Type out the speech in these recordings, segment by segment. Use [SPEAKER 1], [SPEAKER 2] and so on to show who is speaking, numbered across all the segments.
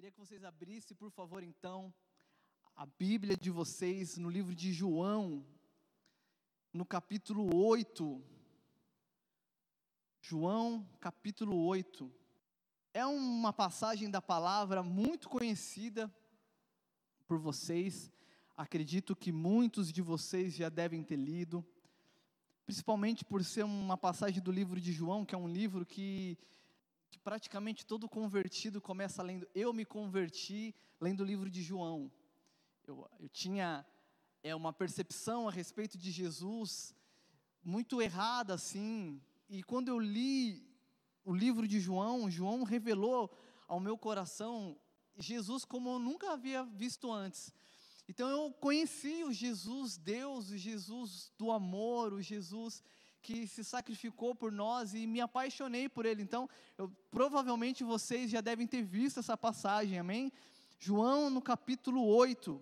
[SPEAKER 1] Queria que vocês abrissem, por favor, então, a Bíblia de vocês no livro de João, no capítulo 8. João, capítulo 8. É uma passagem da palavra muito conhecida por vocês. Acredito que muitos de vocês já devem ter lido, principalmente por ser uma passagem do livro de João, que é um livro que praticamente todo convertido começa lendo. Eu me converti lendo o livro de João. Eu tinha uma percepção a respeito de Jesus muito errada, assim, e quando eu li o livro de João, João revelou ao meu coração Jesus como eu nunca havia visto antes. Então eu conheci o Jesus Deus, o Jesus do amor, o Jesus que se sacrificou por nós, e me apaixonei por ele. Então, provavelmente vocês já devem ter visto essa passagem, amém? João no capítulo 8.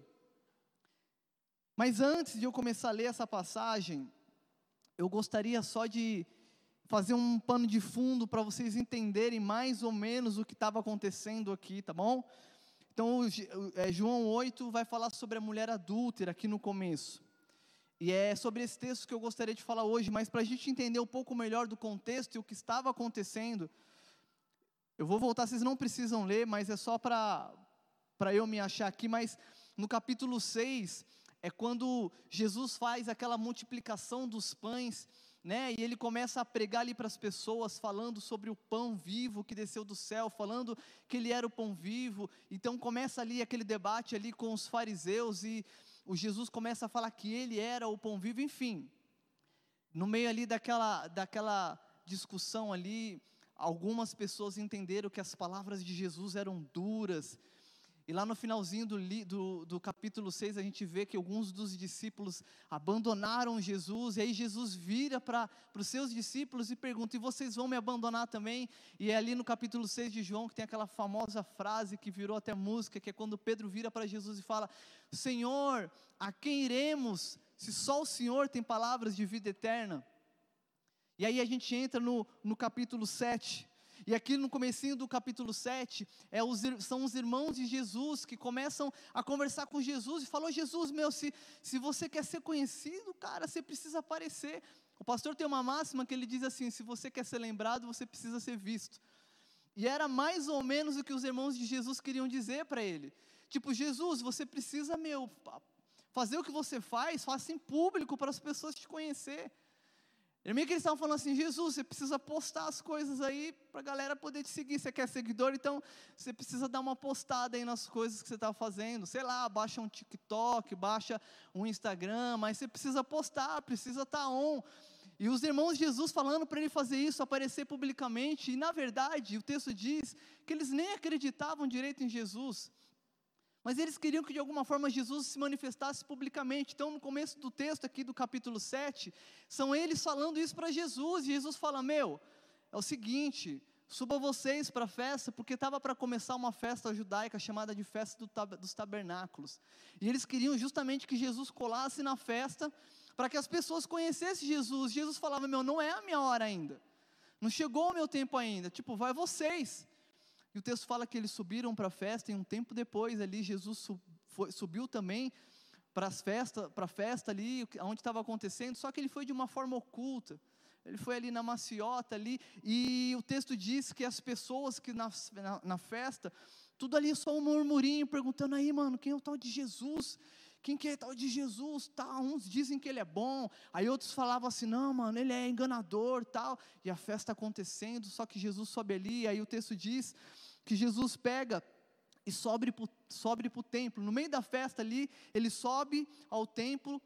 [SPEAKER 1] Mas antes de eu começar a ler essa passagem, eu gostaria só de fazer um pano de fundo para vocês entenderem mais ou menos o que estava acontecendo aqui, tá bom? Então, João 8 vai falar sobre a mulher adúltera aqui no começo. E é sobre esse texto que eu gostaria de falar hoje, mas para a gente entender um pouco melhor do contexto e o que estava acontecendo, eu vou voltar, vocês não precisam ler, mas é só para eu me achar aqui. Mas no capítulo 6, é quando Jesus faz aquela multiplicação dos pães, né, e ele começa a pregar ali para as pessoas, falando sobre o pão vivo que desceu do céu, falando que ele era o pão vivo. Então começa ali aquele debate ali com os fariseus, e o Jesus começa a falar que ele era o pão vivo. Enfim, no meio ali daquela discussão ali, algumas pessoas entenderam que as palavras de Jesus eram duras. E lá no finalzinho do capítulo 6, a gente vê que alguns dos discípulos abandonaram Jesus, e aí Jesus vira para os seus discípulos e pergunta: e vocês vão me abandonar também? E é ali no capítulo 6 de João que tem aquela famosa frase que virou até música, que é quando Pedro vira para Jesus e fala: Senhor, a quem iremos, se só o Senhor tem palavras de vida eterna? E aí a gente entra no capítulo 7, e aqui no comecinho do capítulo 7, são os irmãos de Jesus que começam a conversar com Jesus, e falou: Jesus, se você quer ser conhecido, cara, você precisa aparecer. O pastor tem uma máxima que ele diz assim: se você quer ser lembrado, você precisa ser visto. E era mais ou menos o que os irmãos de Jesus queriam dizer para ele, tipo: Jesus, você precisa, fazer o que você faz, faça em público para as pessoas te conhecer. É meio que eles estavam falando assim: Jesus, você precisa postar as coisas aí para a galera poder te seguir. Você quer seguidor, então você precisa dar uma postada aí nas coisas que você está fazendo. Sei lá, baixa um TikTok, baixa um Instagram, mas você precisa postar, precisa estar on. E os irmãos de Jesus falando para ele fazer isso, aparecer publicamente. E na verdade, o texto diz que eles nem acreditavam direito em Jesus, mas eles queriam que de alguma forma Jesus se manifestasse publicamente. Então no começo do texto aqui do capítulo 7, são eles falando isso para Jesus, e Jesus fala: é o seguinte, suba vocês para a festa, porque estava para começar uma festa judaica chamada de festa dos tabernáculos, e eles queriam justamente que Jesus colasse na festa, para que as pessoas conhecessem Jesus. Jesus falava: não é a minha hora ainda, não chegou o meu tempo ainda, vai vocês. E o texto fala que eles subiram para a festa, e um tempo depois ali, Jesus subiu também para a festa ali, onde estava acontecendo, só que ele foi de uma forma oculta, ele foi ali na maciota ali, e o texto diz que as pessoas que na festa, tudo ali só um murmurinho, perguntando: aí quem é o tal de Jesus? Quem que é tal de Jesus? Tá, uns dizem que ele é bom, aí outros falavam assim: não ele é enganador, tal. E a festa acontecendo, só que Jesus sobe ali, e aí o texto diz que Jesus pega e sobe para o templo. No meio da festa ali, ele sobe ao templo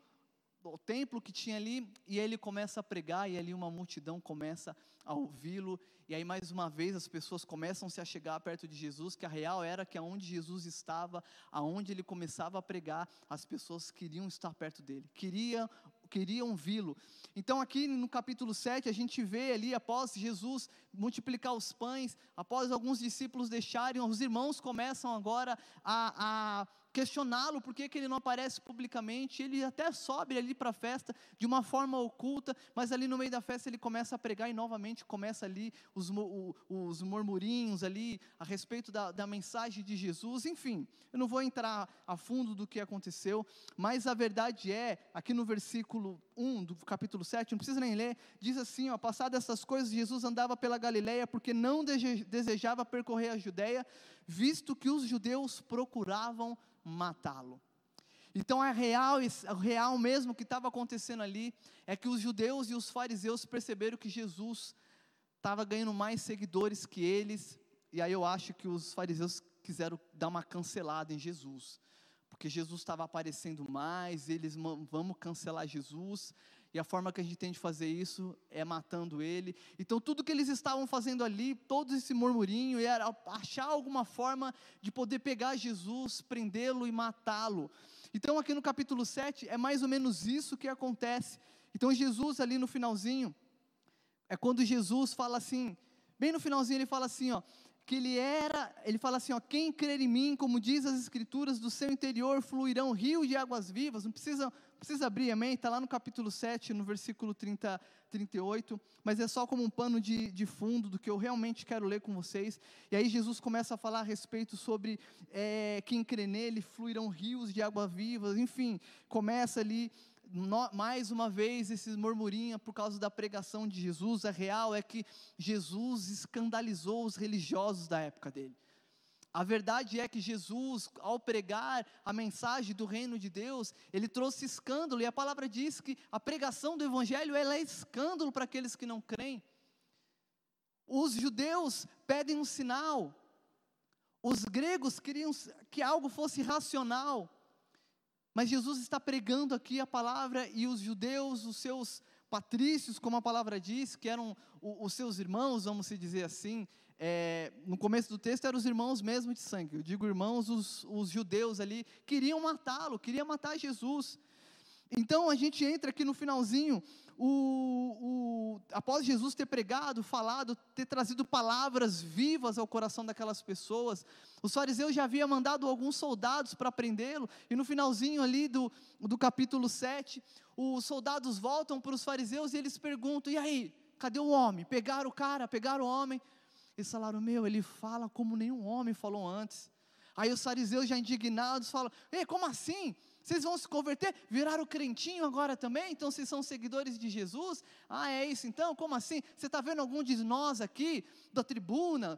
[SPEAKER 1] que tinha ali, e ele começa a pregar, e ali uma multidão começa a ouvi-lo. E aí mais uma vez as pessoas começam a se achegar perto de Jesus, que a real era que aonde Jesus estava, aonde ele começava a pregar, as pessoas queriam estar perto dele, queriam vê-lo. Então aqui no capítulo 7, a gente vê ali, após Jesus multiplicar os pães, após alguns discípulos deixarem, os irmãos começam agora a questioná-lo, por que ele não aparece publicamente. Ele até sobe ali para a festa, de uma forma oculta, mas ali no meio da festa ele começa a pregar, e novamente começa ali os murmurinhos ali, a respeito da mensagem de Jesus. Enfim, eu não vou entrar a fundo do que aconteceu, mas a verdade é, aqui no versículo 1 do capítulo 7, não precisa nem ler, diz assim, passadas essas coisas, Jesus andava pela Galileia, porque não desejava percorrer a Judeia, visto que os judeus procuravam matá-lo. Então o real mesmo que estava acontecendo ali, é que os judeus e os fariseus perceberam que Jesus estava ganhando mais seguidores que eles, e aí eu acho que os fariseus quiseram dar uma cancelada em Jesus, porque Jesus estava aparecendo mais, eles, vamos cancelar Jesus, e a forma que a gente tem de fazer isso é matando ele. Então tudo que eles estavam fazendo ali, todo esse murmurinho, era achar alguma forma de poder pegar Jesus, prendê-lo e matá-lo. Então aqui no capítulo 7, é mais ou menos isso que acontece. Então Jesus ali no finalzinho, é quando Jesus fala assim, bem no finalzinho ele fala assim, que ele fala assim, quem crer em mim, como diz as escrituras, do seu interior fluirão rios de águas vivas. Não precisa abrir, amém? Está lá no capítulo 7, no versículo 38, mas é só como um pano de fundo do que eu realmente quero ler com vocês. E aí Jesus começa a falar a respeito sobre quem crê nele, fluirão rios de água vivas. Enfim, começa ali, mais uma vez, esses murmurinhos por causa da pregação de Jesus. A real é que Jesus escandalizou os religiosos da época dele. A verdade é que Jesus, ao pregar a mensagem do reino de Deus, ele trouxe escândalo, e a palavra diz que a pregação do evangelho, ela é escândalo para aqueles que não creem. Os judeus pedem um sinal, os gregos queriam que algo fosse racional, mas Jesus está pregando aqui a palavra, e os judeus, os seus patrícios, como a palavra diz, que eram os seus irmãos, vamos dizer assim, no começo do texto eram os irmãos mesmo de sangue, eu digo irmãos, os judeus ali, queriam matá-lo, queriam matar Jesus. Então a gente entra aqui no finalzinho, após Jesus ter pregado, falado, ter trazido palavras vivas ao coração daquelas pessoas, os fariseus já haviam mandado alguns soldados para prendê-lo, e no finalzinho ali do capítulo 7, os soldados voltam para os fariseus e eles perguntam, e aí, cadê o homem? Pegaram o cara, pegaram o homem? Eles falaram, ele fala como nenhum homem falou antes. Aí os fariseus já indignados falam, como assim? Vocês vão se converter? Viraram crentinho agora também? Então vocês são seguidores de Jesus? É isso então? Como assim? Você está vendo algum de nós aqui, da tribuna,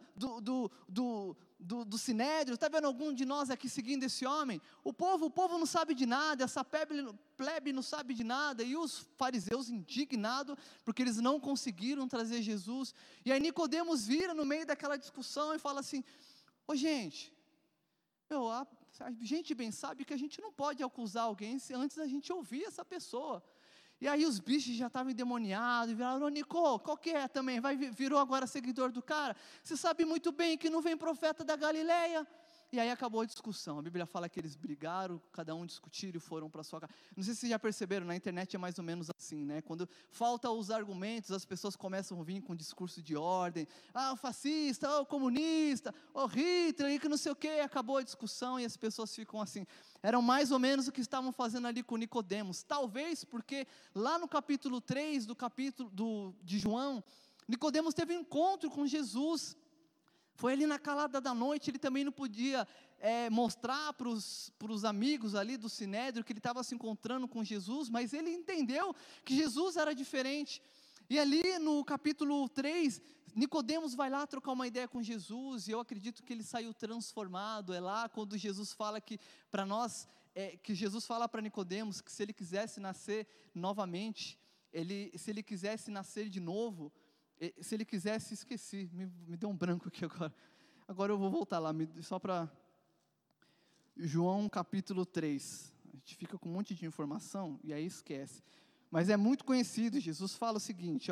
[SPEAKER 1] do sinédrio, está vendo algum de nós aqui seguindo esse homem? O povo não sabe de nada, essa plebe não sabe de nada, e os fariseus indignados, porque eles não conseguiram trazer Jesus. E aí Nicodemos vira no meio daquela discussão e fala assim, gente, a gente bem sabe que a gente não pode acusar alguém se antes a gente ouvir essa pessoa. E aí os bichos já estavam endemoniados, viraram, Nico, qual que é também? Virou agora seguidor do cara? Você sabe muito bem que não vem profeta da Galileia. E aí acabou a discussão, a Bíblia fala que eles brigaram, cada um discutiram e foram para sua casa. Não sei se vocês já perceberam, na internet é mais ou menos assim, né? Quando faltam os argumentos, as pessoas começam a vir com discurso de ordem, o fascista, o comunista, o Hitler, e que não sei o que, acabou a discussão e as pessoas ficam assim. Eram mais ou menos o que estavam fazendo ali com Nicodemos, talvez porque lá no capítulo 3 de João, Nicodemos teve um encontro com Jesus. Foi ali na calada da noite, ele também não podia mostrar para os amigos ali do sinédrio que ele estava se encontrando com Jesus, mas ele entendeu que Jesus era diferente. E ali no capítulo 3, Nicodemos vai lá trocar uma ideia com Jesus, e eu acredito que ele saiu transformado. É lá quando Jesus fala que para nós, que Jesus fala para Nicodemos que se ele quisesse nascer novamente, se ele quisesse nascer de novo, se ele quisesse, esqueci, me deu um branco aqui agora. Agora eu vou voltar lá, só para João capítulo 3. A gente fica com um monte de informação e aí esquece. Mas é muito conhecido, Jesus fala o seguinte,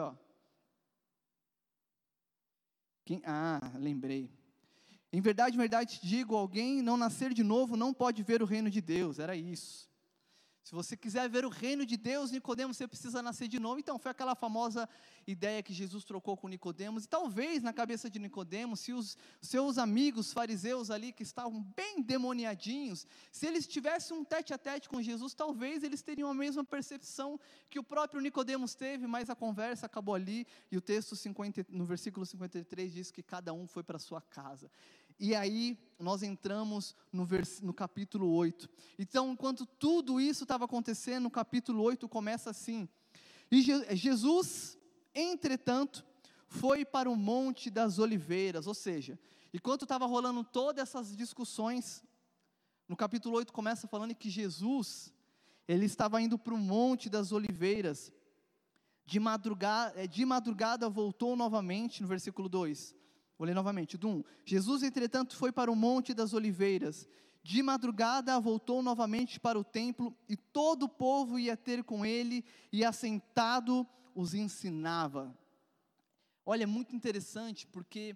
[SPEAKER 1] lembrei. Em verdade te digo, alguém não nascer de novo não pode ver o reino de Deus. Era isso. Se você quiser ver o reino de Deus, Nicodemos, você precisa nascer de novo. Então, foi aquela famosa ideia que Jesus trocou com Nicodemos. E talvez, na cabeça de Nicodemos, se os seus amigos fariseus ali, que estavam bem demoniadinhos, se eles tivessem um tete-a-tete com Jesus, talvez eles teriam a mesma percepção que o próprio Nicodemos teve, mas a conversa acabou ali. E o texto no versículo 53 diz que cada um foi para a sua casa. E aí, nós entramos no capítulo 8. Então, enquanto tudo isso estava acontecendo, o capítulo 8 começa assim. E Jesus, entretanto, foi para o Monte das Oliveiras. Ou seja, enquanto estava rolando todas essas discussões, no capítulo 8 começa falando que Jesus, ele estava indo para o Monte das Oliveiras. De madrugada voltou novamente, no versículo 2. Vou ler novamente, do 1. Jesus, entretanto, foi para o Monte das Oliveiras. De madrugada voltou novamente para o templo, e todo o povo ia ter com ele, e assentado os ensinava. Olha, é muito interessante, porque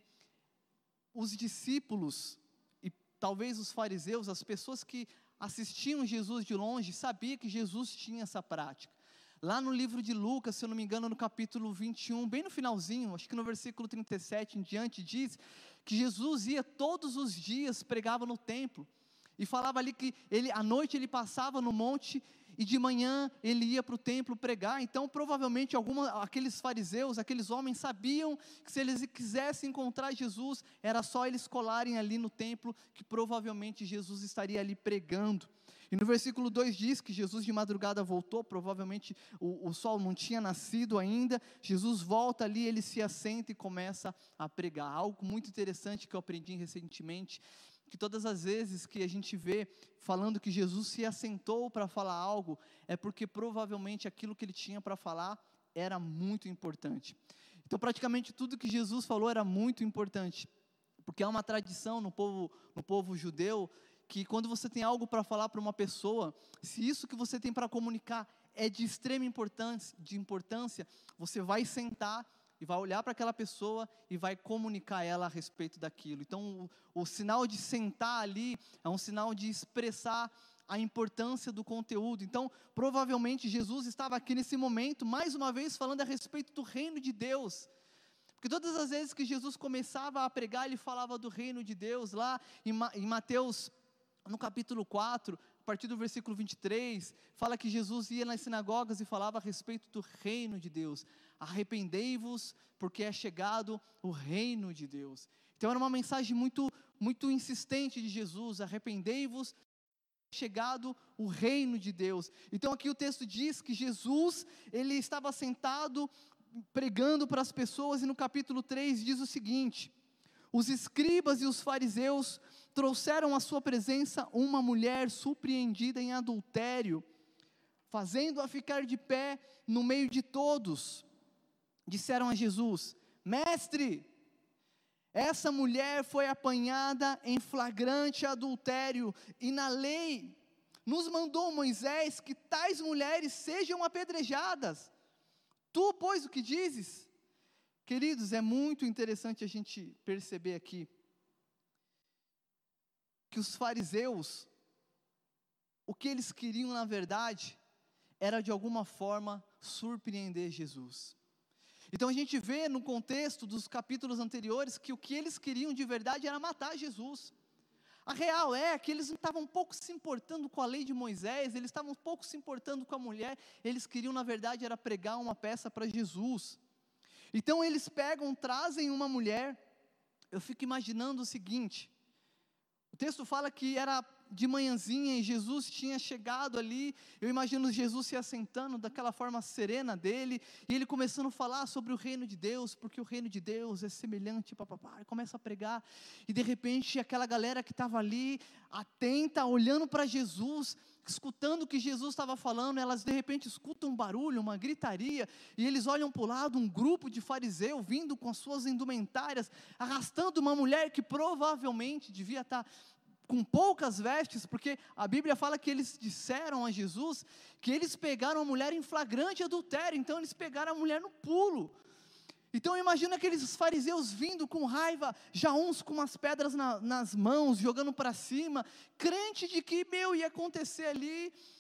[SPEAKER 1] os discípulos, e talvez os fariseus, as pessoas que assistiam Jesus de longe, sabiam que Jesus tinha essa prática. Lá no livro de Lucas, se eu não me engano, no capítulo 21, bem no finalzinho, acho que no versículo 37 em diante, diz que Jesus ia todos os dias, pregava no templo, e falava ali que à noite ele passava no monte, e de manhã ele ia para o templo pregar. Então provavelmente aqueles fariseus, aqueles homens sabiam que se eles quisessem encontrar Jesus, era só eles colarem ali no templo, que provavelmente Jesus estaria ali pregando. E no versículo 2 diz que Jesus de madrugada voltou, provavelmente o sol não tinha nascido ainda. Jesus volta ali, ele se assenta e começa a pregar. Algo muito interessante que eu aprendi recentemente, que todas as vezes que a gente vê falando que Jesus se assentou para falar algo, é porque provavelmente aquilo que ele tinha para falar era muito importante. Então praticamente tudo que Jesus falou era muito importante, porque há uma tradição no povo judeu, que quando você tem algo para falar para uma pessoa, se isso que você tem para comunicar é de extrema importância, você vai sentar e vai olhar para aquela pessoa e vai comunicar a ela a respeito daquilo. Então o sinal de sentar ali é um sinal de expressar a importância do conteúdo. Então provavelmente Jesus estava aqui nesse momento, mais uma vez falando a respeito do reino de Deus, porque todas as vezes que Jesus começava a pregar, ele falava do reino de Deus. Lá em Mateus, no capítulo 4, a partir do versículo 23, fala que Jesus ia nas sinagogas e falava a respeito do reino de Deus. Arrependei-vos, porque é chegado o reino de Deus. Então era uma mensagem muito, muito insistente de Jesus: arrependei-vos, é chegado o reino de Deus. Então aqui o texto diz que Jesus, ele estava sentado pregando para as pessoas, e no capítulo 3 diz o seguinte: os escribas e os fariseus trouxeram à sua presença uma mulher surpreendida em adultério, fazendo-a ficar de pé no meio de todos. Disseram a Jesus: mestre, essa mulher foi apanhada em flagrante adultério, e na lei nos mandou Moisés que tais mulheres sejam apedrejadas. Tu, pois, o que dizes? Queridos, é muito interessante a gente perceber aqui que os fariseus, o que eles queriam na verdade, era de alguma forma surpreender Jesus. Então a gente vê no contexto dos capítulos anteriores, que o que eles queriam de verdade era matar Jesus. A real é que eles não estavam um pouco se importando com a lei de Moisés, eles estavam um pouco se importando com a mulher, eles queriam na verdade era pregar uma peça para Jesus. Então eles trazem uma mulher. Eu fico imaginando o seguinte, o texto fala que era de manhãzinha e Jesus tinha chegado ali. Eu imagino Jesus se assentando daquela forma serena dele, e ele começando a falar sobre o reino de Deus, porque o reino de Deus é semelhante, e começa a pregar, e de repente aquela galera que estava ali, atenta, olhando para Jesus, escutando o que Jesus estava falando, elas de repente escutam um barulho, uma gritaria, e eles olham para o lado, um grupo de fariseus vindo com as suas indumentárias, arrastando uma mulher que provavelmente devia estar com poucas vestes, porque a Bíblia fala que eles disseram a Jesus que eles pegaram a mulher em flagrante adultério. Então eles pegaram a mulher no pulo. Então imagina aqueles fariseus vindo com raiva, já uns com umas pedras nas mãos, jogando para cima, crente de que ia acontecer ali.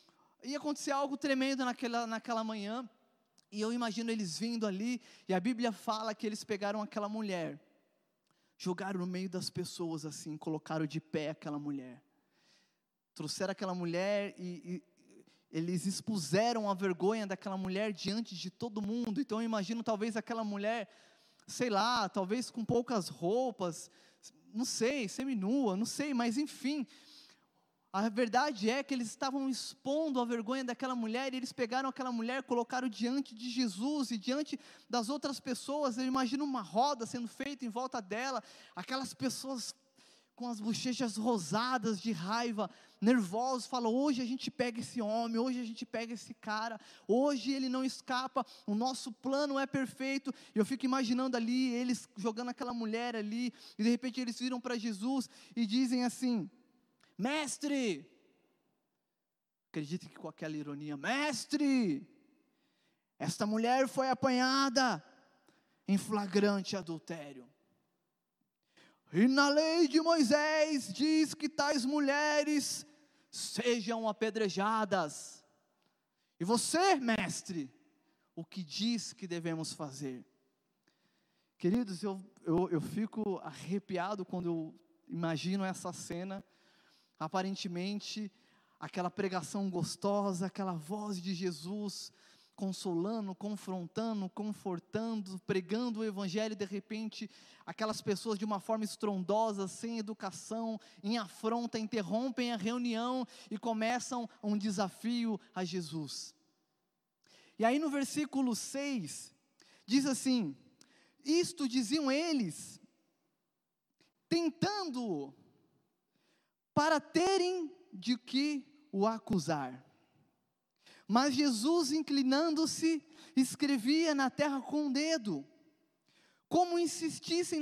[SPEAKER 1] ia acontecer algo tremendo naquela manhã, e eu imagino eles vindo ali, e a Bíblia fala que eles pegaram aquela mulher, jogaram no meio das pessoas assim, colocaram de pé aquela mulher, trouxeram aquela mulher e eles expuseram a vergonha daquela mulher diante de todo mundo. Então eu imagino talvez aquela mulher, sei lá, talvez com poucas roupas, não sei, seminua, não sei, mas enfim, a verdade é que eles estavam expondo a vergonha daquela mulher, e eles pegaram aquela mulher, colocaram diante de Jesus, e diante das outras pessoas. Eu imagino uma roda sendo feita em volta dela, aquelas pessoas com as bochechas rosadas de raiva, nervosos, falam: hoje a gente pega esse homem, hoje a gente pega esse cara, hoje ele não escapa, o nosso plano é perfeito. E eu fico imaginando ali, eles jogando aquela mulher ali, e de repente eles viram para Jesus, e dizem assim: mestre, acredite que com aquela ironia, mestre, esta mulher foi apanhada em flagrante adultério, e na lei de Moisés diz que tais mulheres sejam apedrejadas. E você, mestre, o que diz que devemos fazer? Queridos, eu fico arrepiado quando eu imagino essa cena. Aparentemente, aquela pregação gostosa, aquela voz de Jesus, consolando, confrontando, confortando, pregando o Evangelho. De repente, aquelas pessoas de uma forma estrondosa, sem educação, em afronta, interrompem a reunião e começam um desafio a Jesus. E aí no versículo 6, diz assim: isto diziam eles, tentando-o, para terem de que o acusar. Mas Jesus, inclinando-se, escrevia na terra com o dedo. Como insistissem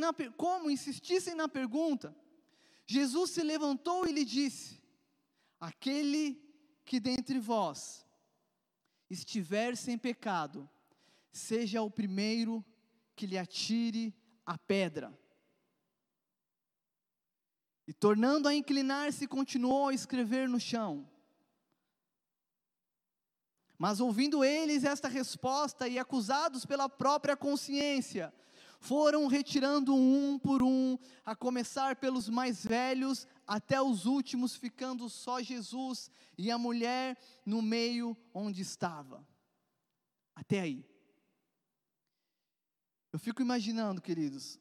[SPEAKER 1] na pergunta, Jesus se levantou e lhe disse: aquele que dentre vós estiver sem pecado, seja o primeiro que lhe atire a pedra. E tornando a inclinar-se, continuou a escrever no chão. Mas ouvindo eles esta resposta, e acusados pela própria consciência, foram retirando um por um, a começar pelos mais velhos, até os últimos, ficando só Jesus e a mulher no meio onde estava. Até aí. Eu fico imaginando, queridos,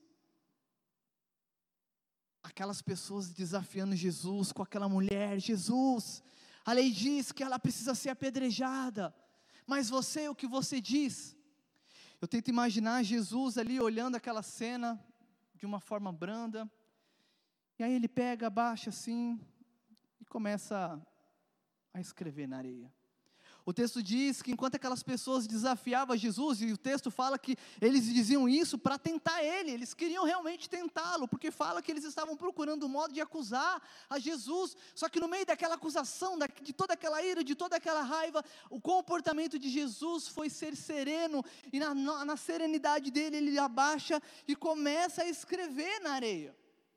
[SPEAKER 1] aquelas pessoas desafiando Jesus com aquela mulher: Jesus, a lei diz que ela precisa ser apedrejada, mas você, o que você diz? Eu tento imaginar Jesus ali olhando aquela cena de uma forma branda, e aí ele pega, abaixa assim, e começa a escrever na areia. O texto diz que enquanto aquelas pessoas desafiavam Jesus, e o texto fala que eles diziam isso para tentar ele, eles queriam realmente tentá-lo, porque fala que eles estavam procurando um modo de acusar a Jesus. Só que no meio daquela acusação, de toda aquela ira, de toda aquela raiva, o comportamento de Jesus foi ser sereno, e na serenidade dele, ele abaixa e começa a escrever na areia.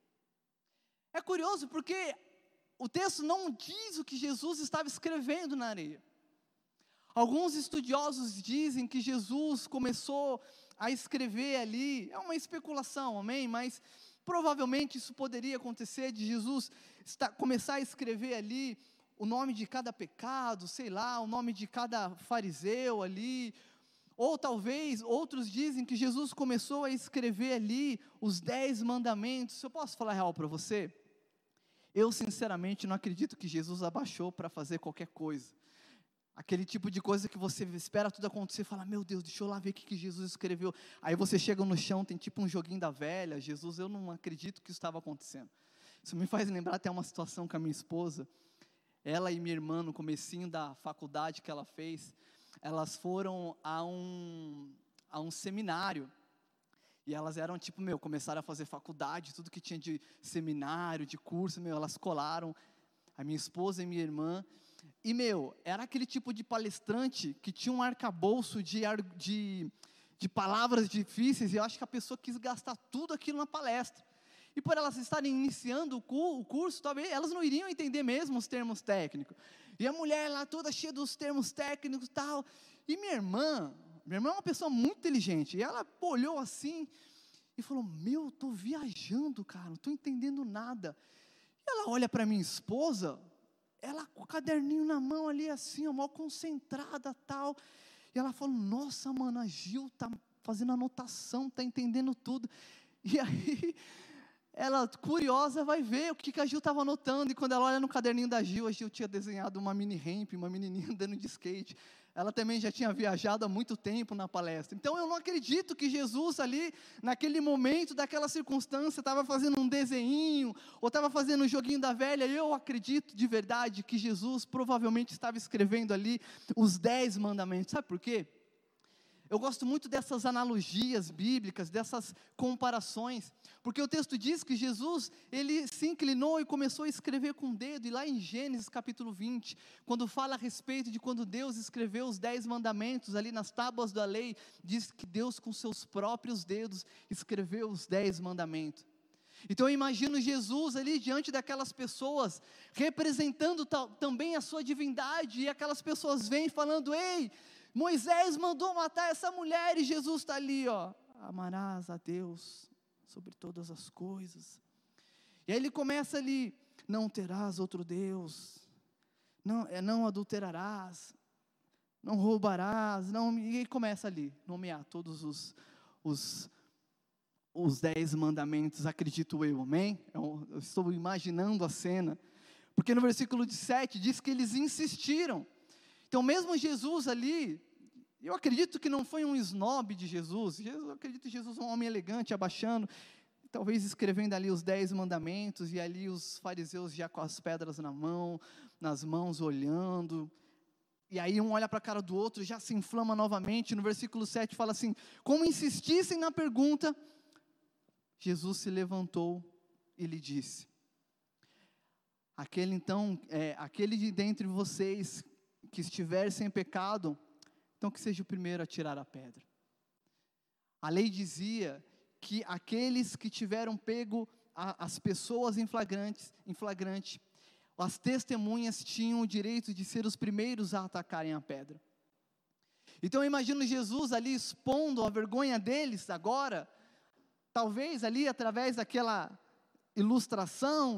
[SPEAKER 1] É curioso porque o texto não diz o que Jesus estava escrevendo na areia. Alguns estudiosos dizem que Jesus começou a escrever ali, é uma especulação, amém? Mas provavelmente isso poderia acontecer, de Jesus começar a escrever ali o nome de cada pecado, sei lá, o nome de cada fariseu ali. Ou talvez, outros dizem que Jesus começou a escrever ali os 10 mandamentos. Eu posso falar a real para você? Eu sinceramente não acredito que Jesus abaixou para fazer qualquer coisa. Aquele tipo de coisa que você espera tudo acontecer e fala: meu Deus, deixa eu lá ver o que Jesus escreveu. Aí você chega no chão, tem tipo um joguinho da velha. Jesus, eu não acredito que isso estava acontecendo. Isso me faz lembrar até uma situação com a minha esposa. Ela e minha irmã, no comecinho da faculdade que ela fez, elas foram a um seminário. E elas eram tipo, começaram a fazer faculdade, tudo que tinha de seminário, de curso, elas colaram, a minha esposa e minha irmã. E, era aquele tipo de palestrante que tinha um arcabouço de palavras difíceis, e eu acho que a pessoa quis gastar tudo aquilo na palestra. E por elas estarem iniciando o curso, talvez elas não iriam entender mesmo os termos técnicos. E a mulher lá toda cheia dos termos técnicos e tal. E minha irmã é uma pessoa muito inteligente. E ela olhou assim e falou: meu, estou viajando, cara, não estou entendendo nada. E ela olha para minha esposa, ela com o caderninho na mão ali assim, mal concentrada tal. E ela falou: nossa, mano, a Gil está fazendo anotação, está entendendo tudo. E aí, ela, curiosa, vai ver o que a Gil estava anotando. E quando ela olha no caderninho da Gil, a Gil tinha desenhado uma mini ramp, uma menininha andando de skate. Ela também já tinha viajado há muito tempo na palestra. Então eu não acredito que Jesus ali, naquele momento, daquela circunstância, estava fazendo um desenho, ou estava fazendo um joguinho da velha. Eu acredito de verdade que Jesus provavelmente estava escrevendo ali os 10 mandamentos. Sabe por quê? Eu gosto muito dessas analogias bíblicas, dessas comparações, porque o texto diz que Jesus, ele se inclinou e começou a escrever com o dedo, e lá em Gênesis capítulo 20, quando fala a respeito de quando Deus escreveu os 10 mandamentos, ali nas tábuas da lei, diz que Deus com seus próprios dedos escreveu os 10 mandamentos. Então eu imagino Jesus ali diante daquelas pessoas, representando também a sua divindade, e aquelas pessoas vêm falando: ei, Moisés mandou matar essa mulher, e Jesus está ali, amarás a Deus sobre todas as coisas. E aí ele começa ali: não terás outro Deus, não adulterarás, não roubarás, e ele começa ali, nomear todos os 10 mandamentos, acredito eu, amém? Eu estou imaginando a cena, porque no versículo 7 diz que eles insistiram. Então mesmo Jesus ali, eu acredito que não foi um snob de Jesus, eu acredito que Jesus é um homem elegante, abaixando, talvez escrevendo ali os 10 mandamentos, e ali os fariseus já com as pedras nas mãos olhando, e aí um olha para a cara do outro, já se inflama novamente. No versículo 7 fala assim: como insistissem na pergunta, Jesus se levantou e lhe disse: aquele de dentre vocês que estiver sem pecado, então que seja o primeiro a tirar a pedra. A lei dizia que aqueles que tiveram pego as pessoas em flagrante, as testemunhas tinham o direito de ser os primeiros a atacarem a pedra. Então eu imagino Jesus ali expondo a vergonha deles agora, talvez ali através daquela ilustração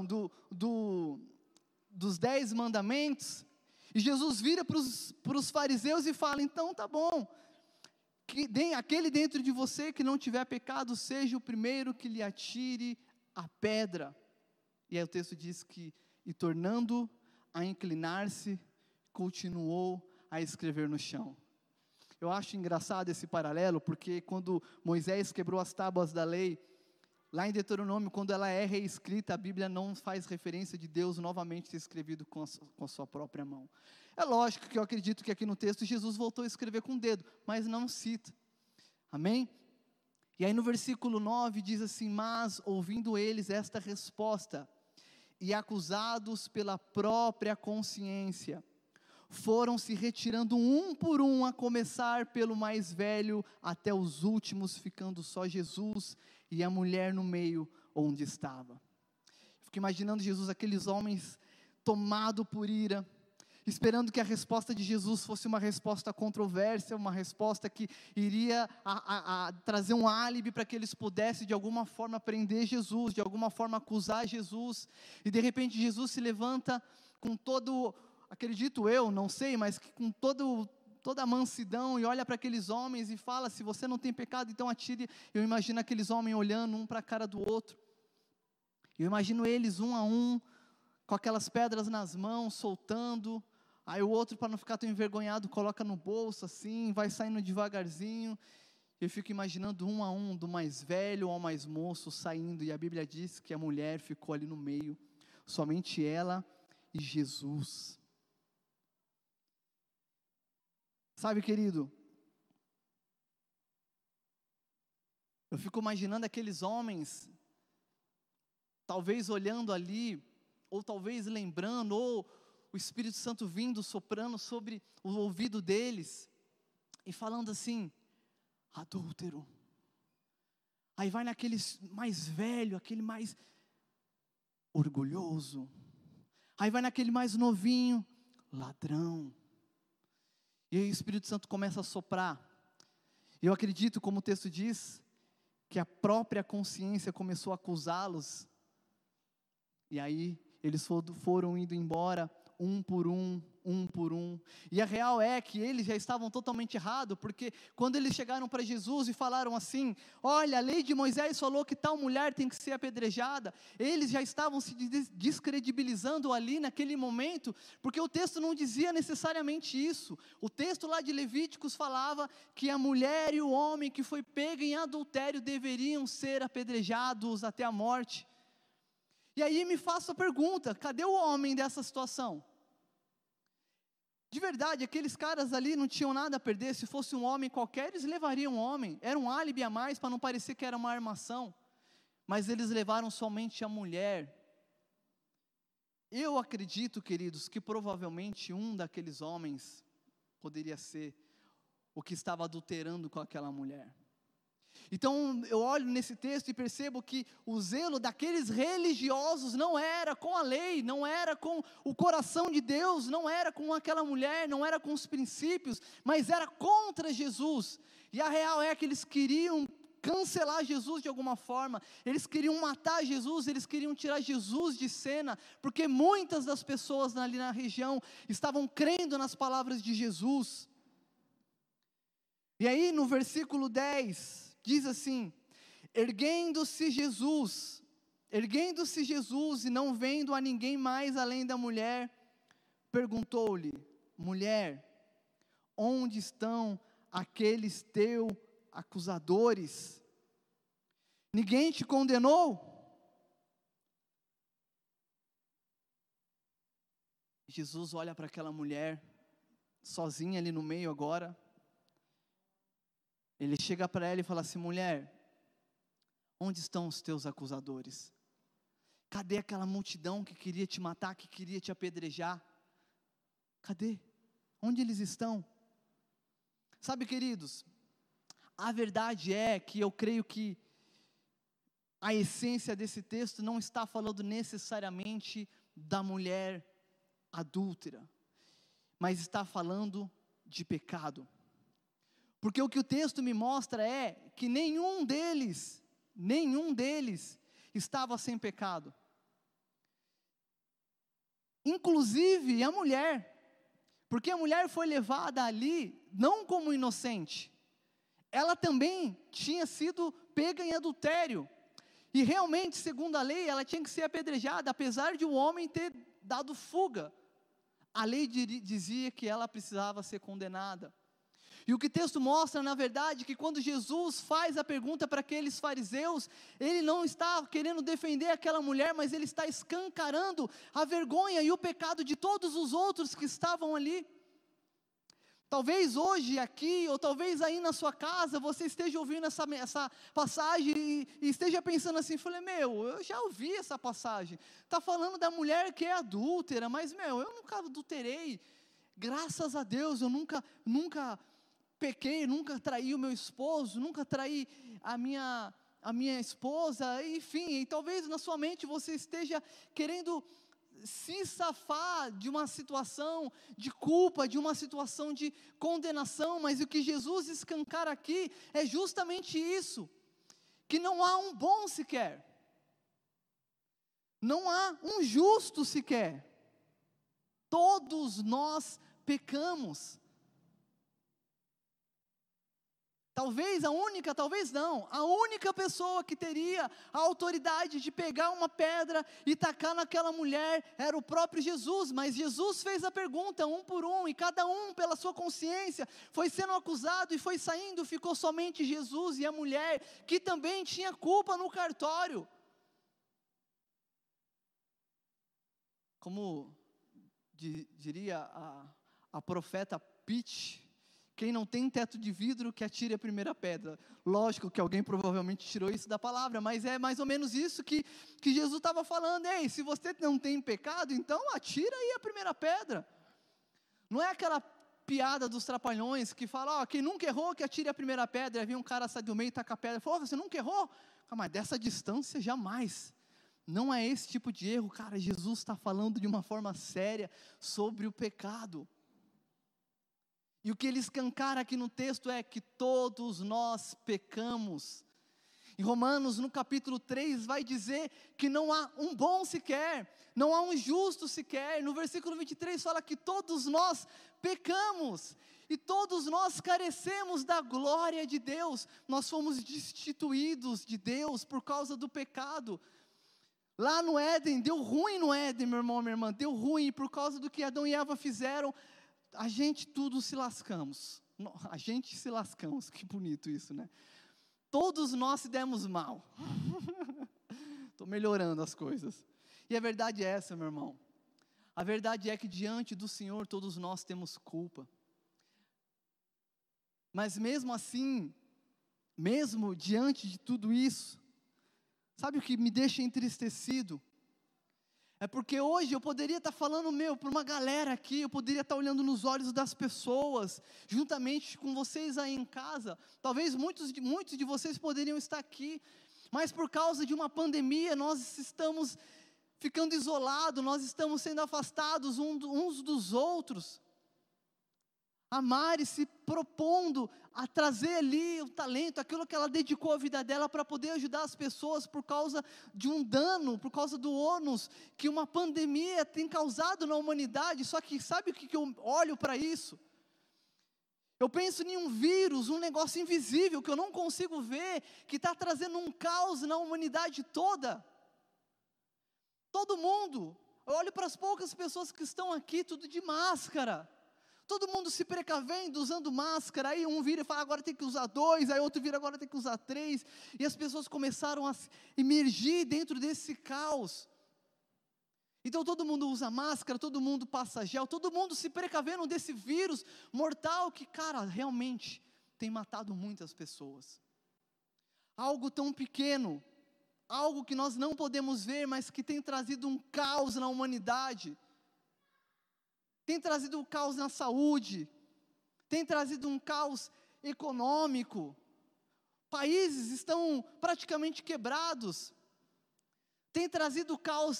[SPEAKER 1] dos 10 mandamentos, e Jesus vira para os fariseus e fala: então tá bom, aquele dentro de você que não tiver pecado, seja o primeiro que lhe atire a pedra. E aí o texto diz que, e tornando a inclinar-se, continuou a escrever no chão. Eu acho engraçado esse paralelo, porque quando Moisés quebrou as tábuas da lei, lá em Deuteronômio, quando ela é reescrita, a Bíblia não faz referência de Deus novamente ter escrevido com a sua própria mão. É lógico que eu acredito que aqui no texto Jesus voltou a escrever com o dedo, mas não cita. Amém? E aí no versículo 9 diz assim: mas ouvindo eles esta resposta, e acusados pela própria consciência, foram se retirando um por um, a começar pelo mais velho até os últimos, ficando só Jesus e a mulher no meio onde estava. Fico imaginando Jesus, aqueles homens tomados por ira, esperando que a resposta de Jesus fosse uma resposta controversa, uma resposta que iria a trazer um álibi para que eles pudessem de alguma forma prender Jesus, de alguma forma acusar Jesus, e de repente Jesus se levanta com todo, acredito eu, não sei, mas com toda a mansidão, e olha para aqueles homens e fala: se você não tem pecado, então atire. Eu imagino aqueles homens olhando um para a cara do outro, eu imagino eles um a um, com aquelas pedras nas mãos, soltando. Aí o outro, para não ficar tão envergonhado, coloca no bolso assim, vai saindo devagarzinho. Eu fico imaginando um a um, do mais velho ao mais moço, saindo, e a Bíblia diz que a mulher ficou ali no meio, somente ela e Jesus. Sabe, querido, eu fico imaginando aqueles homens, talvez olhando ali, ou talvez lembrando, ou o Espírito Santo vindo, soprando sobre o ouvido deles, e falando assim: adúltero, Aí vai naquele mais velho, aquele mais orgulhoso. Aí vai naquele mais novinho, ladrão. E aí o Espírito Santo começa a soprar. Eu acredito, como o texto diz, que a própria consciência começou a acusá-los. E aí eles foram indo embora, um por um. E a real é que eles já estavam totalmente errados, porque quando eles chegaram para Jesus e falaram assim: olha, a lei de Moisés falou que tal mulher tem que ser apedrejada, eles já estavam se descredibilizando ali naquele momento, porque o texto não dizia necessariamente isso. O texto lá de Levíticos falava que a mulher e o homem que foi pego em adultério deveriam ser apedrejados até a morte. E aí me faço a pergunta: cadê o homem dessa situação? De verdade, aqueles caras ali não tinham nada a perder. Se fosse um homem qualquer, eles levariam um homem. Era um álibi a mais para não parecer que era uma armação. Mas eles levaram somente a mulher. Eu acredito, queridos, que provavelmente um daqueles homens poderia ser o que estava adulterando com aquela mulher. Então eu olho nesse texto e percebo que o zelo daqueles religiosos não era com a lei, não era com o coração de Deus, não era com aquela mulher, não era com os princípios, mas era contra Jesus. E a real é que eles queriam cancelar Jesus de alguma forma, eles queriam matar Jesus, eles queriam tirar Jesus de cena, porque muitas das pessoas ali na região estavam crendo nas palavras de Jesus. E aí no versículo 10, diz assim: erguendo-se Jesus e não vendo a ninguém mais além da mulher, perguntou-lhe: mulher, onde estão aqueles teus acusadores? Ninguém te condenou? Jesus olha para aquela mulher, sozinha ali no meio agora. Ele chega para ela e fala assim: mulher, onde estão os teus acusadores? Cadê aquela multidão que queria te matar, que queria te apedrejar? Cadê? Onde eles estão? Sabe, queridos, a verdade é que eu creio que a essência desse texto não está falando necessariamente da mulher adúltera, mas está falando de pecado. Porque o que o texto me mostra é que nenhum deles estava sem pecado. Inclusive a mulher, porque a mulher foi levada ali não como inocente, ela também tinha sido pega em adultério, e realmente, segundo a lei, ela tinha que ser apedrejada, apesar de o homem ter dado fuga. A lei dizia que ela precisava ser condenada. E o que o texto mostra, na verdade, que quando Jesus faz a pergunta para aqueles fariseus, ele não está querendo defender aquela mulher, mas ele está escancarando a vergonha e o pecado de todos os outros que estavam ali. Talvez hoje aqui, ou talvez aí na sua casa, você esteja ouvindo essa passagem e esteja pensando assim, falei, eu já ouvi essa passagem, está falando da mulher que é adúltera, mas eu nunca adulterei, graças a Deus, eu nunca pequei, nunca traí o meu esposo, nunca traí a minha esposa, enfim, e talvez na sua mente você esteja querendo se safar de uma situação de culpa, de uma situação de condenação, mas o que Jesus escancara aqui é justamente isso, que não há um bom sequer, não há um justo sequer, todos nós pecamos. A única pessoa que teria a autoridade de pegar uma pedra e tacar naquela mulher era o próprio Jesus, mas Jesus fez a pergunta um por um, e cada um pela sua consciência foi sendo acusado e foi saindo, ficou somente Jesus e a mulher, que também tinha culpa no cartório. Como diria a profeta Pitch, quem não tem teto de vidro, que atire a primeira pedra. Lógico que alguém provavelmente tirou isso da palavra, mas é mais ou menos isso que Jesus estava falando. Ei, se você não tem pecado, então atira aí a primeira pedra. Não é aquela piada dos Trapalhões, que fala, quem nunca errou, que atire a primeira pedra. Aí vem um cara, sai do meio e taca a pedra, fala, você nunca errou? Mas dessa distância, jamais. Não é esse tipo de erro, cara. Jesus está falando de uma forma séria sobre o pecado. E o que ele escancara aqui no texto é que todos nós pecamos. Em Romanos, no capítulo 3, vai dizer que não há um bom sequer, não há um justo sequer. No versículo 23 fala que todos nós pecamos, e todos nós carecemos da glória de Deus. Nós fomos destituídos de Deus por causa do pecado. Lá no Éden, deu ruim no Éden, meu irmão, minha irmã, deu ruim, por causa do que Adão e Eva fizeram, a gente tudo se lascamos. A gente se lascamos, que bonito isso, né? Todos nós se demos mal. Estou melhorando as coisas. E a verdade é essa, meu irmão. A verdade é que diante do Senhor todos nós temos culpa. Mas mesmo assim, mesmo diante de tudo isso, sabe o que me deixa entristecido? É porque hoje eu poderia estar falando, para uma galera aqui, eu poderia estar olhando nos olhos das pessoas, juntamente com vocês aí em casa. Talvez muitos de vocês poderiam estar aqui, mas por causa de uma pandemia, nós estamos ficando isolados, nós estamos sendo afastados uns dos outros. A Mari se propondo a trazer ali o talento, aquilo que ela dedicou a vida dela para poder ajudar as pessoas por causa de um dano, por causa do ônus que uma pandemia tem causado na humanidade. Só que sabe o que eu olho para isso? Eu penso em um vírus, um negócio invisível que eu não consigo ver, que está trazendo um caos na humanidade toda. Todo mundo, eu olho para as poucas pessoas que estão aqui, tudo de máscara. Todo mundo se precavendo, usando máscara, aí um vira e fala, agora tem que usar 2, aí outro vira, agora tem que usar 3, e as pessoas começaram a se imergir dentro desse caos. Então todo mundo usa máscara, todo mundo passa gel, todo mundo se precavendo desse vírus mortal que, cara, realmente tem matado muitas pessoas. Algo tão pequeno, algo que nós não podemos ver, mas que tem trazido um caos na humanidade. Tem trazido um caos na saúde, tem trazido um caos econômico, países estão praticamente quebrados, tem trazido caos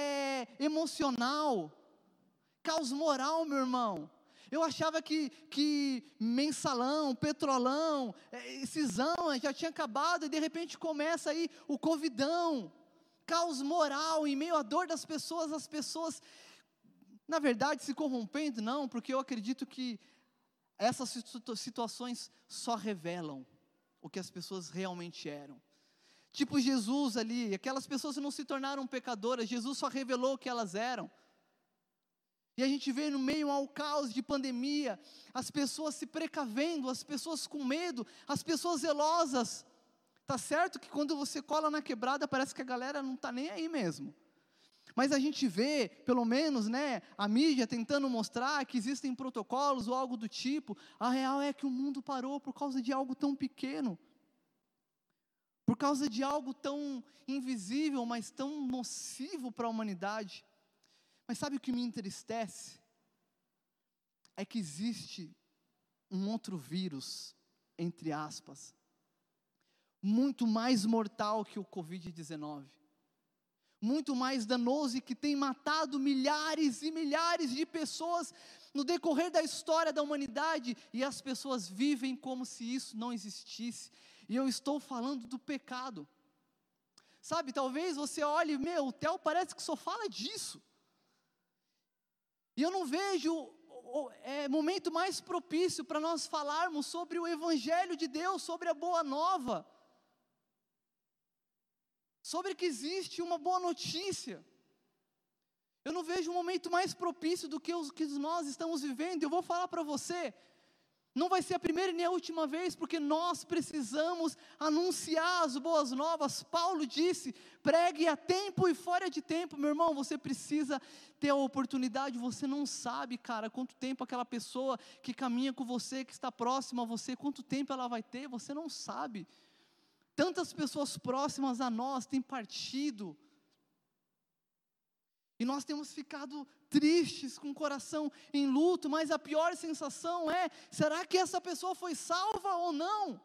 [SPEAKER 1] emocional, caos moral, meu irmão. Eu achava que mensalão, petrolão, esses já tinha acabado, e de repente começa aí o covidão, caos moral, em meio à dor das pessoas, as pessoas na verdade, se corrompendo, não, porque eu acredito que essas situações só revelam o que as pessoas realmente eram. Tipo Jesus ali, aquelas pessoas não se tornaram pecadoras, Jesus só revelou o que elas eram. E a gente vê no meio ao caos de pandemia, as pessoas se precavendo, as pessoas com medo, as pessoas zelosas. Tá certo que quando você cola na quebrada, parece que a galera não está nem aí mesmo. Mas a gente vê, pelo menos, a mídia tentando mostrar que existem protocolos ou algo do tipo. A real é que o mundo parou por causa de algo tão pequeno. Por causa de algo tão invisível, mas tão nocivo para a humanidade. Mas sabe o que me entristece? É que existe um outro vírus, entre aspas, muito mais mortal que o Covid-19. Muito mais danoso e que tem matado milhares e milhares de pessoas no decorrer da história da humanidade, e as pessoas vivem como se isso não existisse. E eu estou falando do pecado. Sabe, talvez você olhe, o Theo parece que só fala disso. E eu não vejo momento mais propício para nós falarmos sobre o Evangelho de Deus, sobre a boa nova. Sobre que existe uma boa notícia. Eu não vejo um momento mais propício do que os que nós estamos vivendo. Eu vou falar para você, não vai ser a primeira nem a última vez, porque nós precisamos anunciar as boas novas. Paulo disse, pregue a tempo e fora de tempo. Meu irmão, você precisa ter a oportunidade. Você não sabe, cara, quanto tempo aquela pessoa que caminha com você, que está próxima a você, quanto tempo ela vai ter, você não sabe. Tantas pessoas próximas a nós têm partido. E nós temos ficado tristes, com o coração em luto, mas a pior sensação é: será que essa pessoa foi salva ou não?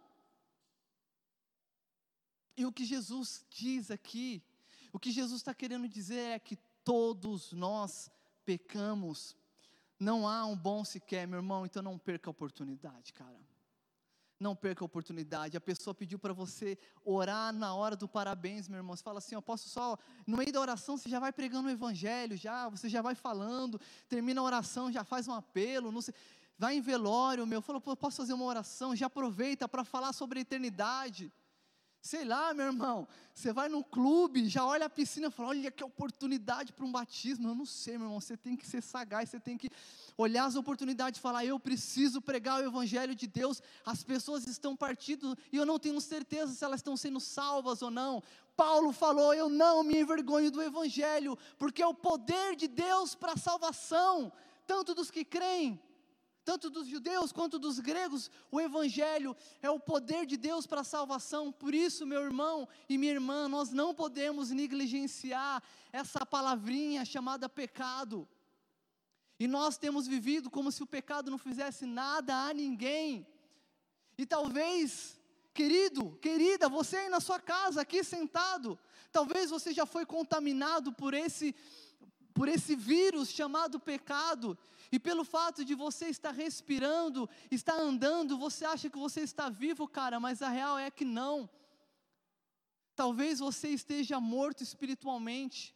[SPEAKER 1] E o que Jesus diz aqui, o que Jesus está querendo dizer é que todos nós pecamos. Não há um bom sequer, meu irmão, então não perca a oportunidade, cara. Não perca a oportunidade. A pessoa pediu para você orar na hora do parabéns, meu irmão. Você fala assim: eu posso só, no meio da oração você já vai pregando o evangelho, você já vai falando, termina a oração, já faz um apelo, não sei, vai em velório, meu, falou: posso fazer uma oração, já aproveita para falar sobre a eternidade. Sei lá, meu irmão, você vai no clube, já olha a piscina e fala: olha que oportunidade para um batismo. Eu não sei, meu irmão, você tem que ser sagaz, você tem que olhar as oportunidades e falar: eu preciso pregar o evangelho de Deus. As pessoas estão partindo e eu não tenho certeza se elas estão sendo salvas ou não. Paulo falou: eu não me envergonho do evangelho, porque é o poder de Deus para a salvação, tanto dos que creem, tanto dos judeus quanto dos gregos. O evangelho é o poder de Deus para a salvação. Por isso, meu irmão e minha irmã, nós não podemos negligenciar essa palavrinha chamada pecado. E nós temos vivido como se o pecado não fizesse nada a ninguém. E talvez, querido, querida, você aí na sua casa, aqui sentado, talvez você já foi contaminado por esse vírus chamado pecado, e pelo fato de você estar respirando, estar andando, você acha que você está vivo, cara, mas a real é que não. Talvez você esteja morto espiritualmente.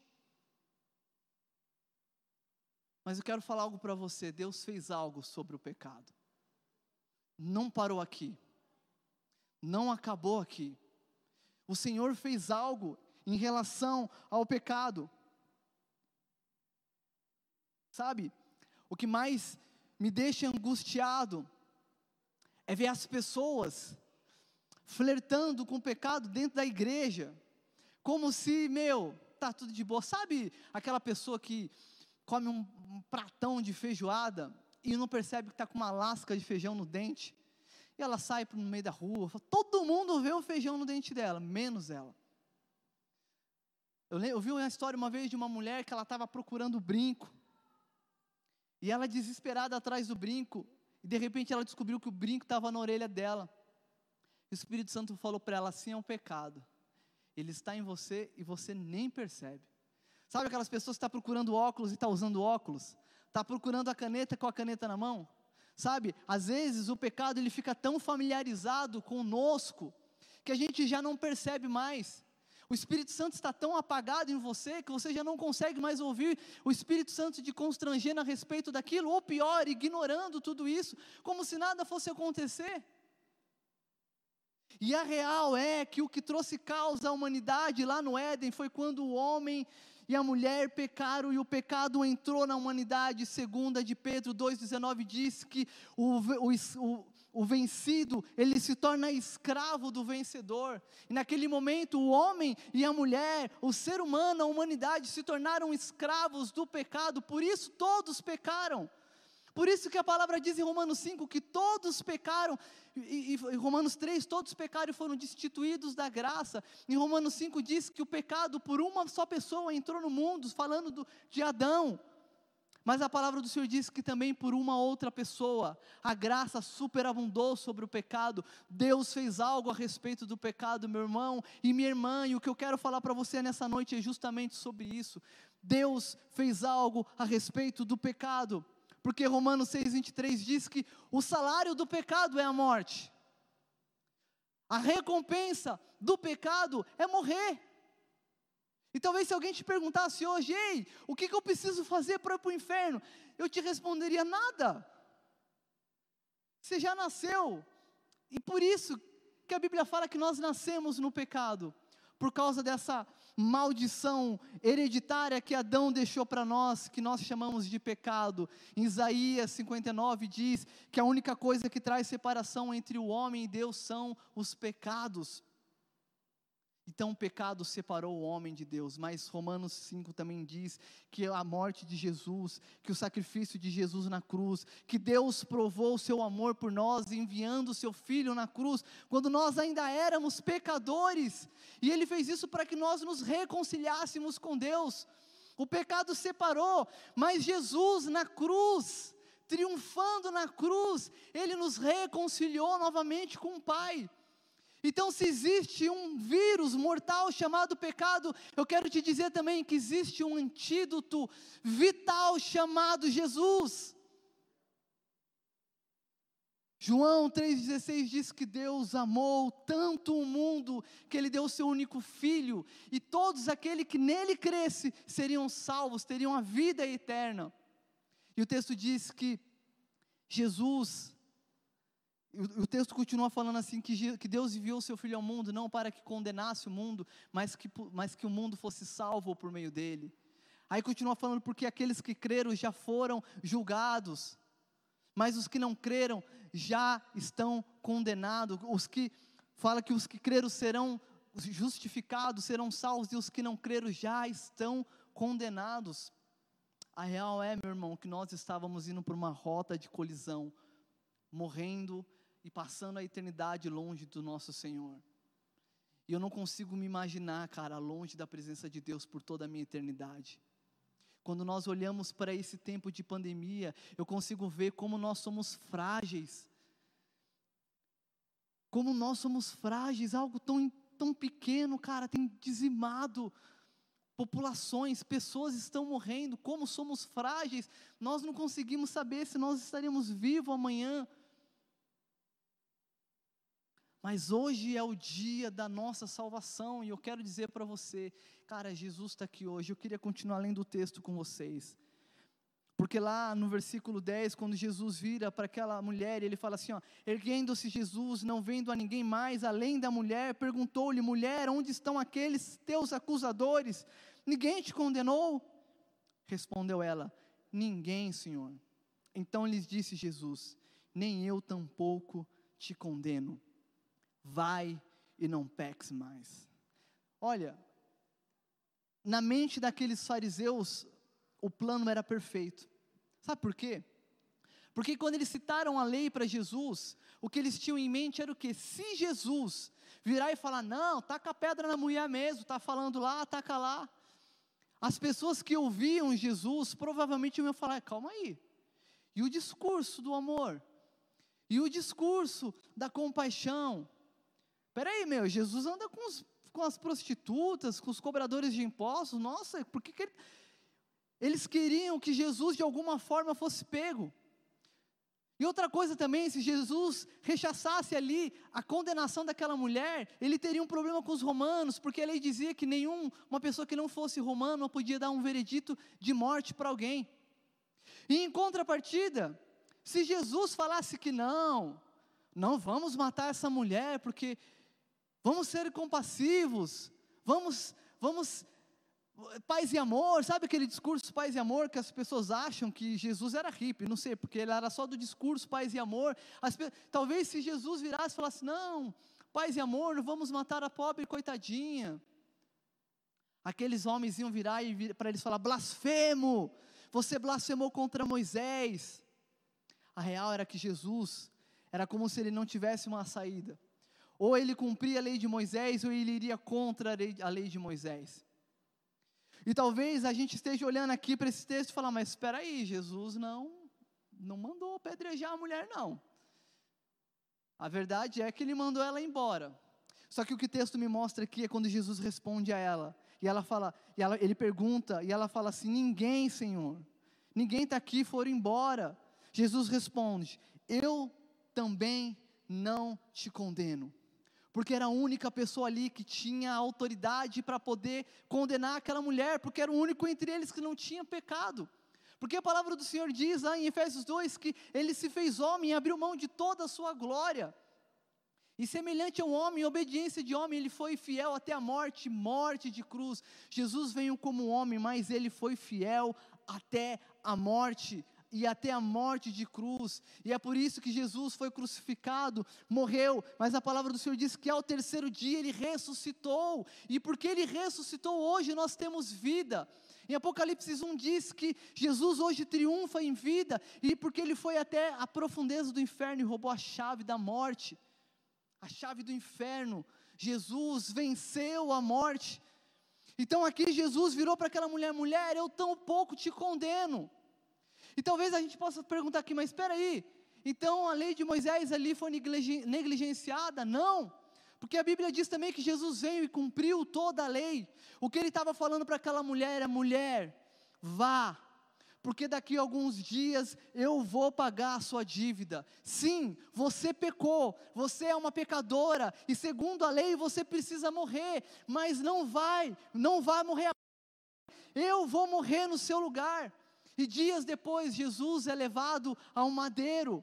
[SPEAKER 1] Mas eu quero falar algo para você: Deus fez algo sobre o pecado. Não parou aqui, não acabou aqui. O Senhor fez algo em relação ao pecado. Sabe, o que mais me deixa angustiado é ver as pessoas flertando com o pecado dentro da igreja, como se, tá tudo de boa. Sabe aquela pessoa que come um pratão de feijoada e não percebe que está com uma lasca de feijão no dente, e ela sai no meio da rua, todo mundo vê o feijão no dente dela, menos ela. Eu vi uma história uma vez de uma mulher que ela estava procurando brinco, e ela desesperada atrás do brinco, e de repente ela descobriu que o brinco estava na orelha dela. O Espírito Santo falou para ela: assim é um pecado, ele está em você e você nem percebe. Sabe aquelas pessoas que estão procurando óculos e estão usando óculos? Está procurando a caneta com a caneta na mão? Sabe, às vezes o pecado ele fica tão familiarizado conosco, que a gente já não percebe mais. O Espírito Santo está tão apagado em você, que você já não consegue mais ouvir o Espírito Santo te constrangendo a respeito daquilo, ou pior, ignorando tudo isso, como se nada fosse acontecer. E a real é que o que trouxe causa à humanidade lá no Éden, foi quando o homem e a mulher pecaram, e o pecado entrou na humanidade. 2 de Pedro 2,19 diz que o vencido, ele se torna escravo do vencedor. E naquele momento o homem e a mulher, o ser humano, a humanidade se tornaram escravos do pecado. Por isso todos pecaram. Por isso que a palavra diz em Romanos 5 que todos pecaram, e em Romanos 3, todos pecaram e foram destituídos da graça. Em Romanos 5 diz que o pecado por uma só pessoa entrou no mundo, falando de Adão. Mas a palavra do Senhor diz que também por uma outra pessoa, a graça superabundou sobre o pecado. Deus fez algo a respeito do pecado, meu irmão e minha irmã, e o que eu quero falar para você nessa noite é justamente sobre isso. Deus fez algo a respeito do pecado. Porque Romanos 6,23 diz que o salário do pecado é a morte. A recompensa do pecado é morrer. E talvez se alguém te perguntasse hoje: ei, o que eu preciso fazer para ir para o inferno? Eu te responderia: nada. Você já nasceu. E por isso que a Bíblia fala que nós nascemos no pecado. Por causa dessa maldição hereditária que Adão deixou para nós, que nós chamamos de pecado. Em Isaías 59 diz que a única coisa que traz separação entre o homem e Deus são os pecados. Então o pecado separou o homem de Deus, mas Romanos 5 também diz que a morte de Jesus, que o sacrifício de Jesus na cruz, que Deus provou o seu amor por nós, enviando o seu Filho na cruz, quando nós ainda éramos pecadores, e Ele fez isso para que nós nos reconciliássemos com Deus. O pecado separou, mas Jesus na cruz, triunfando na cruz, Ele nos reconciliou novamente com o Pai. Então, se existe um vírus mortal chamado pecado, eu quero te dizer também que existe um antídoto vital chamado Jesus. João 3,16 diz que Deus amou tanto o mundo, que Ele deu o seu único Filho, e todos aqueles que nele crescem, seriam salvos, teriam a vida eterna. E o texto diz que Jesus, o texto continua falando assim, que Deus enviou o seu Filho ao mundo, não para que condenasse o mundo, mas que o mundo fosse salvo por meio dele. Aí continua falando, porque aqueles que creram já foram julgados, mas os que não creram já estão condenados. Fala que os que creram serão justificados, serão salvos, e os que não creram já estão condenados. A real é, meu irmão, que nós estávamos indo por uma rota de colisão, morrendo e passando a eternidade longe do nosso Senhor. E eu não consigo me imaginar, cara, longe da presença de Deus por toda a minha eternidade. Quando nós olhamos para esse tempo de pandemia, eu consigo ver como nós somos frágeis. Como nós somos frágeis, algo tão pequeno, cara, tem dizimado populações, pessoas estão morrendo, como somos frágeis, nós não conseguimos saber se nós estaremos vivos amanhã. Mas hoje é o dia da nossa salvação, e eu quero dizer para você, cara, Jesus está aqui hoje. Eu queria continuar lendo o texto com vocês, porque lá no versículo 10, quando Jesus vira para aquela mulher, ele fala assim, erguendo-se Jesus, não vendo a ninguém mais, além da mulher, perguntou-lhe, mulher, onde estão aqueles teus acusadores? Ninguém te condenou? Respondeu ela, ninguém, Senhor. Então lhes disse Jesus, nem eu tampouco te condeno. Vai e não peques mais. Olha, na mente daqueles fariseus, o plano era perfeito. Sabe por quê? Porque quando eles citaram a lei para Jesus, o que eles tinham em mente era o quê? Se Jesus virar e falar, não, taca a pedra na mulher mesmo, está falando lá, taca lá. As pessoas que ouviam Jesus, provavelmente iam falar, calma aí, e o discurso do amor? E o discurso da compaixão? Peraí, Jesus anda com as prostitutas, com os cobradores de impostos, nossa, por que eles queriam que Jesus de alguma forma fosse pego? E outra coisa também, se Jesus rechaçasse ali a condenação daquela mulher, ele teria um problema com os romanos, porque a lei dizia que uma pessoa que não fosse romano não podia dar um veredito de morte para alguém. E em contrapartida, se Jesus falasse que não vamos matar essa mulher, porque vamos ser compassivos, vamos, paz e amor, sabe aquele discurso paz e amor que as pessoas acham que Jesus era hippie, não sei, porque ele era só do discurso paz e amor. Talvez se Jesus virasse e falasse, não, paz e amor, não vamos matar a pobre coitadinha, aqueles homens iam virar e para eles falar, blasfemo, você blasfemou contra Moisés. A real era que Jesus, era como se ele não tivesse uma saída, ou ele cumpria a lei de Moisés, ou ele iria contra a lei de Moisés. E talvez a gente esteja olhando aqui para esse texto e falar, mas espera aí, Jesus não mandou apedrejar a mulher não. A verdade é que ele mandou ela embora. Só que o que o texto me mostra aqui é quando Jesus responde a ela, e ela fala, ele pergunta, e ela fala assim, ninguém, Senhor, ninguém está aqui, foram embora. Jesus responde, eu também não te condeno. Porque era a única pessoa ali que tinha autoridade para poder condenar aquela mulher, porque era o único entre eles que não tinha pecado. Porque a palavra do Senhor diz lá em Efésios 2, que Ele se fez homem e abriu mão de toda a sua glória. E semelhante a um homem, em obediência de homem, Ele foi fiel até a morte de cruz. Jesus veio como homem, mas Ele foi fiel até a morte, e até a morte de cruz, e é por isso que Jesus foi crucificado, morreu, mas a palavra do Senhor diz que ao terceiro dia Ele ressuscitou, e porque Ele ressuscitou, hoje nós temos vida. Em Apocalipse 1 diz que Jesus hoje triunfa em vida, e porque Ele foi até a profundeza do inferno e roubou a chave da morte, a chave do inferno. Jesus venceu a morte. Então aqui Jesus virou para aquela mulher: mulher, eu tão pouco te condeno. E talvez a gente possa perguntar aqui: mas espera aí, então a lei de Moisés ali foi negligenciada? Não, porque a Bíblia diz também que Jesus veio e cumpriu toda a lei. O que ele estava falando para aquela mulher é: mulher, vá, porque daqui a alguns dias eu vou pagar a sua dívida. Sim, você pecou, você é uma pecadora, e segundo a lei você precisa morrer, mas não vai morrer, eu vou morrer no seu lugar. E dias depois Jesus é levado a um madeiro.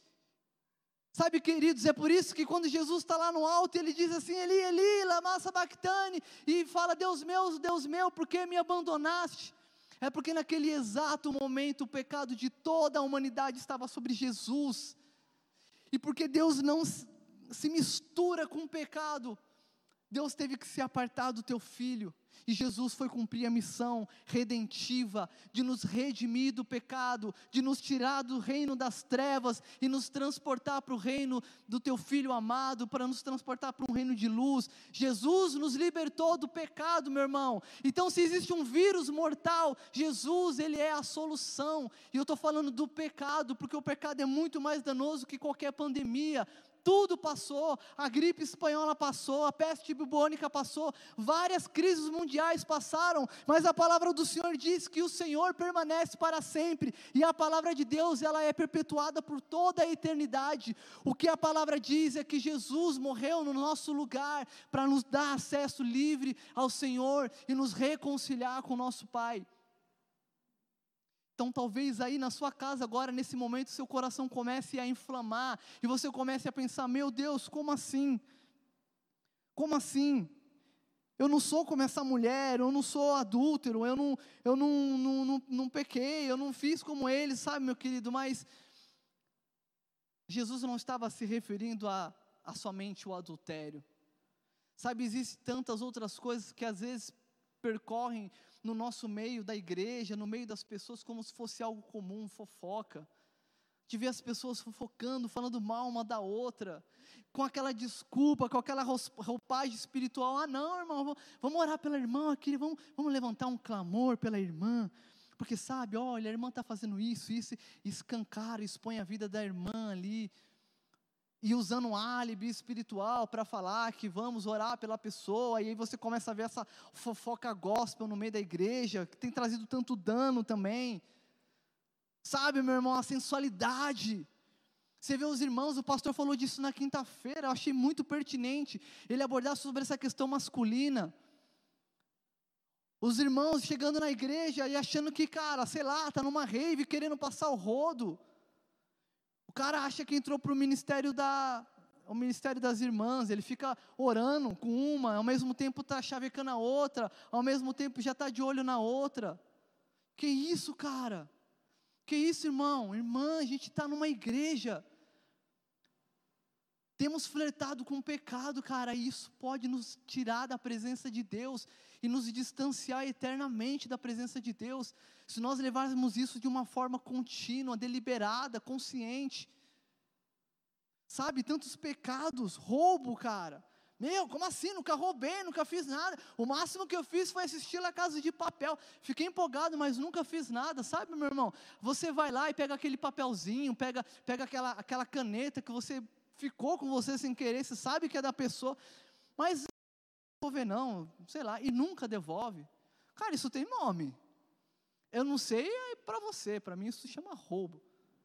[SPEAKER 1] Sabe, queridos, é por isso que quando Jesus está lá no alto, ele diz assim: Eli, Eli, lama sabachthani, e fala: Deus meu, por que me abandonaste? É porque naquele exato momento o pecado de toda a humanidade estava sobre Jesus, e porque Deus não se mistura com o pecado, Deus teve que se apartar do teu filho, e Jesus foi cumprir a missão redentiva, de nos redimir do pecado, de nos tirar do reino das trevas, e nos transportar para o reino do teu filho amado, para nos transportar para um reino de luz. Jesus nos libertou do pecado, meu irmão. Então se existe um vírus mortal, Jesus, ele é a solução. E eu estou falando do pecado, porque o pecado é muito mais danoso que qualquer pandemia. Tudo passou, a gripe espanhola passou, a peste bubônica passou, várias crises mundiais passaram, mas a palavra do Senhor diz que o Senhor permanece para sempre, e a palavra de Deus, ela é perpetuada por toda a eternidade. O que a palavra diz é que Jesus morreu no nosso lugar, para nos dar acesso livre ao Senhor, e nos reconciliar com o nosso Pai. Então talvez aí na sua casa agora, nesse momento, seu coração comece a inflamar, e você comece a pensar: meu Deus, como assim? Como assim? Eu não sou como essa mulher, eu não sou adúltero, eu não pequei, eu não fiz como eles, sabe, meu querido? Mas Jesus não estava se referindo a somente o adultério. Sabe, existem tantas outras coisas que às vezes percorrem no nosso meio da igreja, no meio das pessoas, como se fosse algo comum, fofoca. De ver as pessoas fofocando, falando mal uma da outra, com aquela desculpa, com aquela roupagem espiritual: ah não, irmão, vamos orar pela irmã aqui, vamos levantar um clamor pela irmã, porque sabe, olha, a irmã está fazendo isso, escancara, expõe a vida da irmã ali, e usando um álibi espiritual para falar que vamos orar pela pessoa, e aí você começa a ver essa fofoca gospel no meio da igreja, que tem trazido tanto dano também. Sabe, meu irmão, a sensualidade. Você vê os irmãos, o pastor falou disso na quinta-feira, eu achei muito pertinente ele abordar sobre essa questão masculina. Os irmãos chegando na igreja e achando que, cara, sei lá, está numa rave, querendo passar o rodo. O cara acha que entrou para o ministério das irmãs, ele fica orando com uma, ao mesmo tempo está chavecando a outra, ao mesmo tempo já está de olho na outra. Que isso, cara? Que isso, irmão? Irmã, a gente está numa igreja. Temos flertado com o pecado, cara, e isso pode nos tirar da presença de Deus e nos distanciar eternamente da presença de Deus, se nós levarmos isso de uma forma contínua, deliberada, consciente. Sabe, tantos pecados, roubo, cara. Meu, como assim? Nunca roubei, nunca fiz nada. O máximo que eu fiz foi assistir La Casa de Papel. Fiquei empolgado, mas nunca fiz nada, sabe, meu irmão? Você vai lá e pega aquele papelzinho, pega aquela caneta que você ficou com você sem querer, você sabe que é da pessoa, mas não devolver não, sei lá, e nunca devolve. Cara, isso tem nome. Eu não sei para você, para mim isso se chama roubo.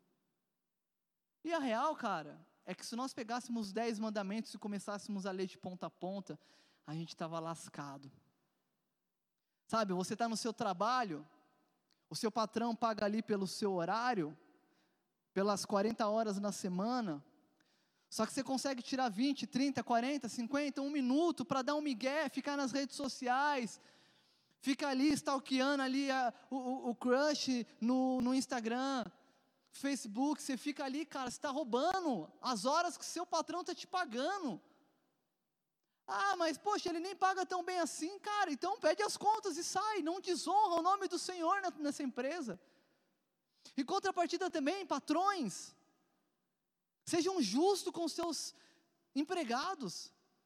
[SPEAKER 1] E a real, cara, é que se nós pegássemos os 10 mandamentos e começássemos a ler de ponta a ponta, a gente estava lascado. Sabe, você está no seu trabalho, o seu patrão paga ali pelo seu horário, pelas 40 horas na semana, só que você consegue tirar 20, 30, 40, 50, 1 minuto para dar um migué, ficar nas redes sociais, fica ali stalkeando ali o crush no Instagram, Facebook, você fica ali, cara, você está roubando as horas que seu patrão está te pagando. Ah, mas poxa, ele nem paga tão bem assim, cara, então pede as contas e sai, não desonra o nome do Senhor nessa empresa. Em contrapartida também, patrões, sejam justos com seus empregados.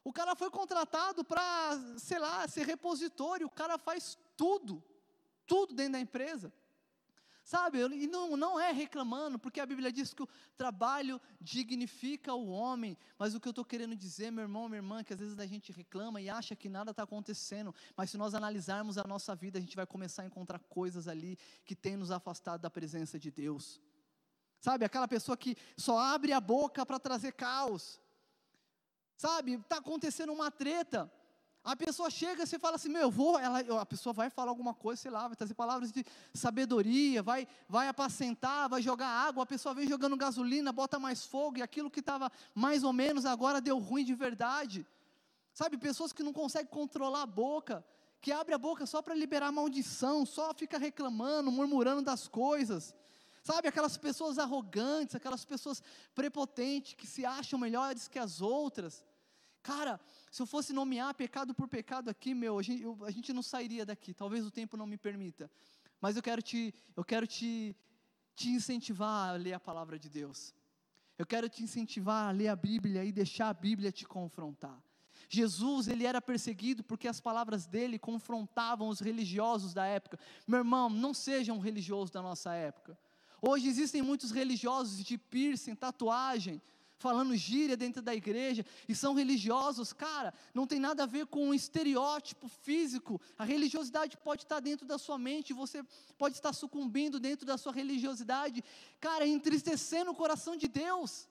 [SPEAKER 1] O cara foi contratado para, sei lá, ser repositório, o cara faz tudo dentro da empresa. Sabe, e não é reclamando, porque a Bíblia diz que o trabalho dignifica o homem, mas o que eu estou querendo dizer, meu irmão, minha irmã, que às vezes a gente reclama e acha que nada está acontecendo, mas se nós analisarmos a nossa vida, a gente vai começar a encontrar coisas ali que tem nos afastado da presença de Deus. Sabe, aquela pessoa que só abre a boca para trazer caos. Sabe, está acontecendo uma treta, a pessoa chega e você fala assim, a pessoa vai falar alguma coisa, sei lá, vai trazer palavras de sabedoria, vai apacentar, vai jogar água, a pessoa vem jogando gasolina, bota mais fogo, e aquilo que estava mais ou menos agora deu ruim de verdade. Sabe, pessoas que não conseguem controlar a boca, que abre a boca só para liberar maldição, só fica reclamando, murmurando das coisas. Sabe, aquelas pessoas arrogantes, aquelas pessoas prepotentes, que se acham melhores que as outras. Cara, se eu fosse nomear pecado por pecado aqui, a gente não sairia daqui, talvez o tempo não me permita, mas eu quero te incentivar a ler a palavra de Deus, eu quero te incentivar a ler a Bíblia e deixar a Bíblia te confrontar. Jesus, ele era perseguido porque as palavras dele confrontavam os religiosos da época. Meu irmão, não seja um religioso da nossa época. Hoje existem muitos religiosos de piercing, tatuagem, falando gíria dentro da igreja, e são religiosos. Cara, não tem nada a ver com um estereótipo físico. A religiosidade pode estar dentro da sua mente, você pode estar sucumbindo dentro da sua religiosidade, cara, entristecendo o coração de Deus.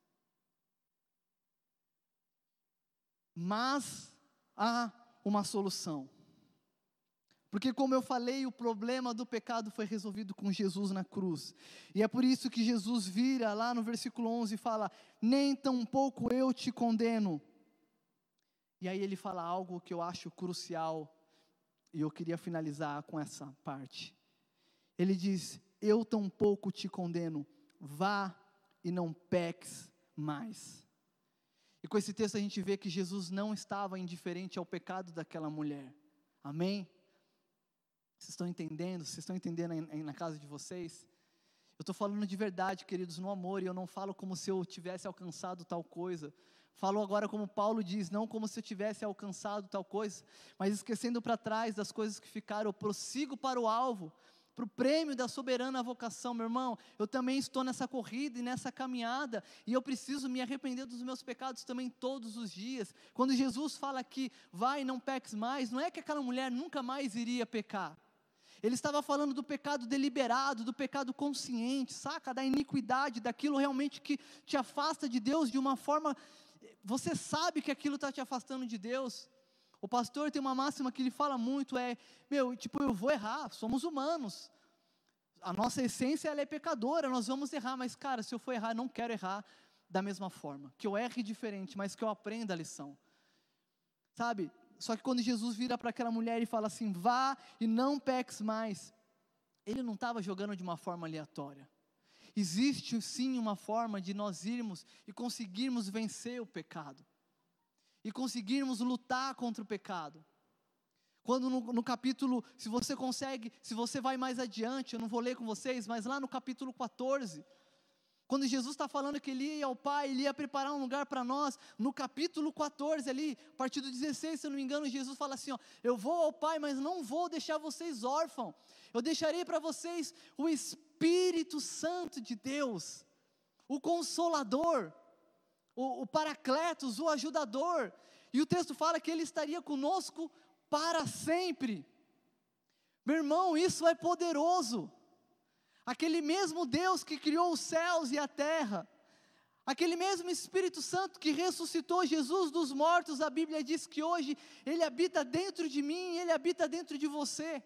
[SPEAKER 1] Mas há uma solução. Porque, como eu falei, o problema do pecado foi resolvido com Jesus na cruz. E é por isso que Jesus vira lá no versículo 11 e fala: nem tampouco eu te condeno. E aí ele fala algo que eu acho crucial, e eu queria finalizar com essa parte. Ele diz: eu tampouco te condeno, vá e não peques mais. E com esse texto a gente vê que Jesus não estava indiferente ao pecado daquela mulher. Amém? Vocês estão entendendo? Vocês estão entendendo aí na casa de vocês? Eu estou falando de verdade, queridos, no amor, e eu não falo como se eu tivesse alcançado tal coisa. Falo agora como Paulo diz, não como se eu tivesse alcançado tal coisa, mas esquecendo para trás das coisas que ficaram, eu prossigo para o alvo, para o prêmio da soberana vocação. Meu irmão, eu também estou nessa corrida e nessa caminhada, e eu preciso me arrepender dos meus pecados também todos os dias. Quando Jesus fala aqui, vai e não peques mais, não é que aquela mulher nunca mais iria pecar. Ele estava falando do pecado deliberado, do pecado consciente, saca? Da iniquidade, daquilo realmente que te afasta de Deus de uma forma, você sabe que aquilo está te afastando de Deus. O pastor tem uma máxima que ele fala muito, eu vou errar, somos humanos. A nossa essência, ela é pecadora, nós vamos errar, mas cara, se eu for errar, eu não quero errar da mesma forma. Que eu erre diferente, mas que eu aprenda a lição. Sabe? Só que quando Jesus vira para aquela mulher e fala assim, vá e não peques mais, ele não estava jogando de uma forma aleatória. Existe sim uma forma de nós irmos e conseguirmos vencer o pecado, e conseguirmos lutar contra o pecado. Quando no capítulo, se você vai mais adiante, eu não vou ler com vocês, mas lá no capítulo 14, quando Jesus está falando que ele ia ao Pai, ele ia preparar um lugar para nós, no capítulo 14 ali, a partir do 16, se eu não me engano, Jesus fala assim, eu vou ao Pai, mas não vou deixar vocês órfãos, eu deixarei para vocês o Espírito Santo de Deus, o Consolador, o Paracletos, o Ajudador, e o texto fala que ele estaria conosco para sempre. Meu irmão, isso é poderoso. Aquele mesmo Deus que criou os céus e a terra, aquele mesmo Espírito Santo que ressuscitou Jesus dos mortos, a Bíblia diz que hoje Ele habita dentro de mim, Ele habita dentro de você.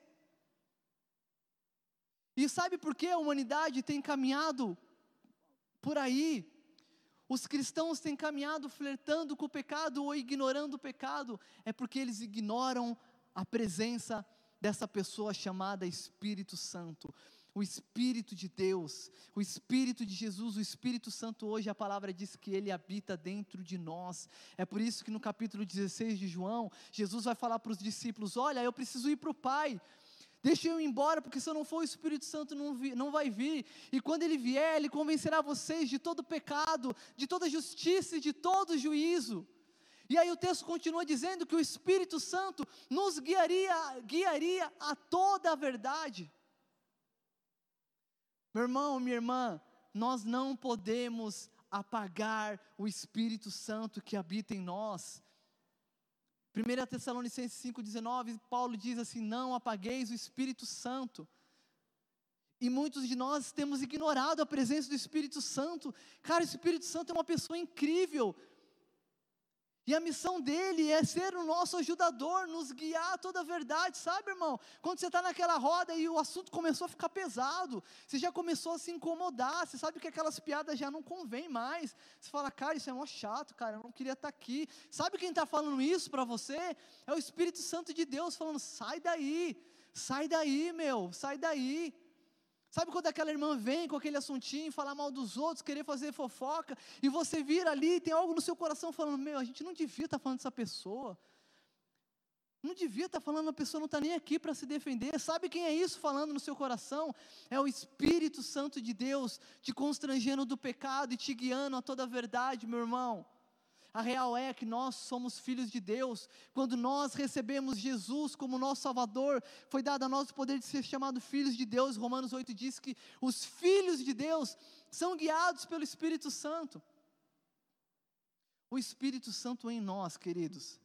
[SPEAKER 1] E sabe por que a humanidade tem caminhado por aí? Os cristãos têm caminhado flertando com o pecado ou ignorando o pecado, é porque eles ignoram a presença dessa pessoa chamada Espírito Santo. O Espírito de Deus, o Espírito de Jesus, o Espírito Santo hoje, a palavra diz que Ele habita dentro de nós. É por isso que no capítulo 16 de João, Jesus vai falar para os discípulos, olha, eu preciso ir para o Pai, deixa eu ir embora, porque se eu não for o Espírito Santo não vai vir, e quando Ele vier, Ele convencerá vocês de todo pecado, de toda justiça e de todo juízo. E aí o texto continua dizendo que o Espírito Santo nos guiaria a toda a verdade. Meu irmão, minha irmã, nós não podemos apagar o Espírito Santo que habita em nós. 1 Tessalonicenses 5,19, Paulo diz assim: não apagueis o Espírito Santo. E muitos de nós temos ignorado a presença do Espírito Santo. Cara, o Espírito Santo é uma pessoa incrível. E a missão dele é ser o nosso ajudador, nos guiar a toda a verdade, sabe, irmão? Quando você está naquela roda e o assunto começou a ficar pesado, você já começou a se incomodar, você sabe que aquelas piadas já não convêm mais. Você fala, cara, isso é mó chato, cara, eu não queria estar aqui. Sabe quem está falando isso para você? É o Espírito Santo de Deus falando, sai daí, meu, sai daí. Sabe quando aquela irmã vem com aquele assuntinho, falar mal dos outros, querer fazer fofoca, e você vira ali e tem algo no seu coração falando, meu, a gente não devia estar falando dessa pessoa, não devia estar falando, a pessoa não está nem aqui para se defender. Sabe quem é isso falando no seu coração? É o Espírito Santo de Deus, te constrangendo do pecado e te guiando a toda a verdade, meu irmão. A real é que nós somos filhos de Deus. Quando nós recebemos Jesus como nosso Salvador, foi dado a nós o poder de ser chamado filhos de Deus. Romanos 8 diz que os filhos de Deus são guiados pelo Espírito Santo. O Espírito Santo em nós, queridos,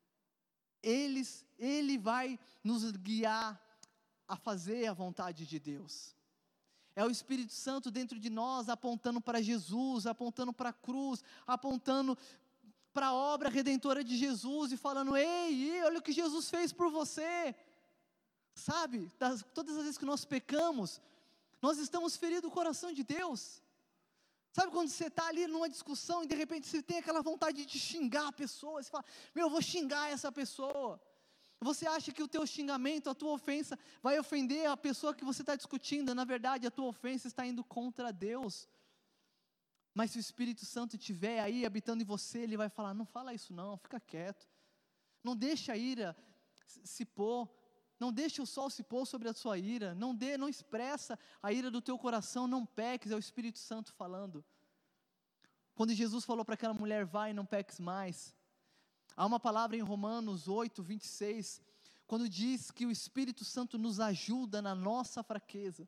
[SPEAKER 1] Ele vai nos guiar a fazer a vontade de Deus. É o Espírito Santo dentro de nós, apontando para Jesus, apontando para a cruz, apontando para a obra redentora de Jesus e falando, ei, olha o que Jesus fez por você. Sabe, todas as vezes que nós pecamos, nós estamos ferindo o coração de Deus. Sabe quando você está ali numa discussão e de repente você tem aquela vontade de xingar a pessoa, você fala, meu, eu vou xingar essa pessoa. Você acha que o teu xingamento, a tua ofensa, vai ofender a pessoa que você está discutindo, na verdade a tua ofensa está indo contra Deus. Mas se o Espírito Santo estiver aí habitando em você, Ele vai falar, não fala isso não, fica quieto. Não deixa a ira se pôr, não deixa o sol se pôr sobre a sua ira, não expressa a ira do teu coração, não peques, é o Espírito Santo falando. Quando Jesus falou para aquela mulher, vai, não peques mais. Há uma palavra em Romanos 8, 26, quando diz que o Espírito Santo nos ajuda na nossa fraqueza.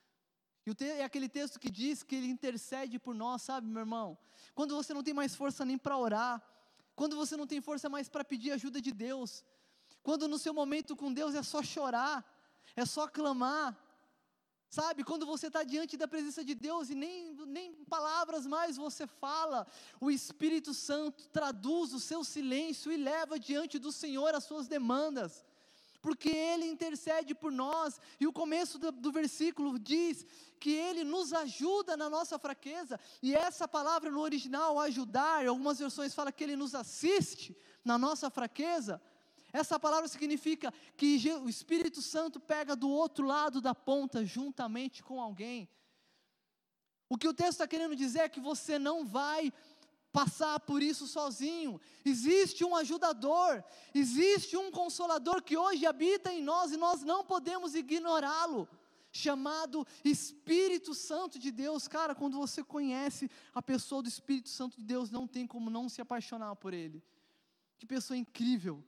[SPEAKER 1] E é aquele texto que diz que Ele intercede por nós, sabe, meu irmão? Quando você não tem mais força nem para orar, quando você não tem força mais para pedir ajuda de Deus, quando no seu momento com Deus é só chorar, é só clamar, sabe? Quando você está diante da presença de Deus e nem palavras mais você fala, o Espírito Santo traduz o seu silêncio e leva diante do Senhor as suas demandas. Porque Ele intercede por nós, e o começo do versículo diz que Ele nos ajuda na nossa fraqueza, e essa palavra no original, ajudar, algumas versões falam que Ele nos assiste na nossa fraqueza. Essa palavra significa que o Espírito Santo pega do outro lado da ponta, juntamente com alguém. O que o texto está querendo dizer é que você não vai passar por isso sozinho. Existe um ajudador, existe um consolador que hoje habita em nós e nós não podemos ignorá-lo, chamado Espírito Santo de Deus. Cara, quando você conhece a pessoa do Espírito Santo de Deus, não tem como não se apaixonar por ele. Que pessoa incrível,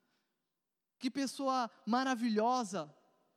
[SPEAKER 1] que pessoa maravilhosa,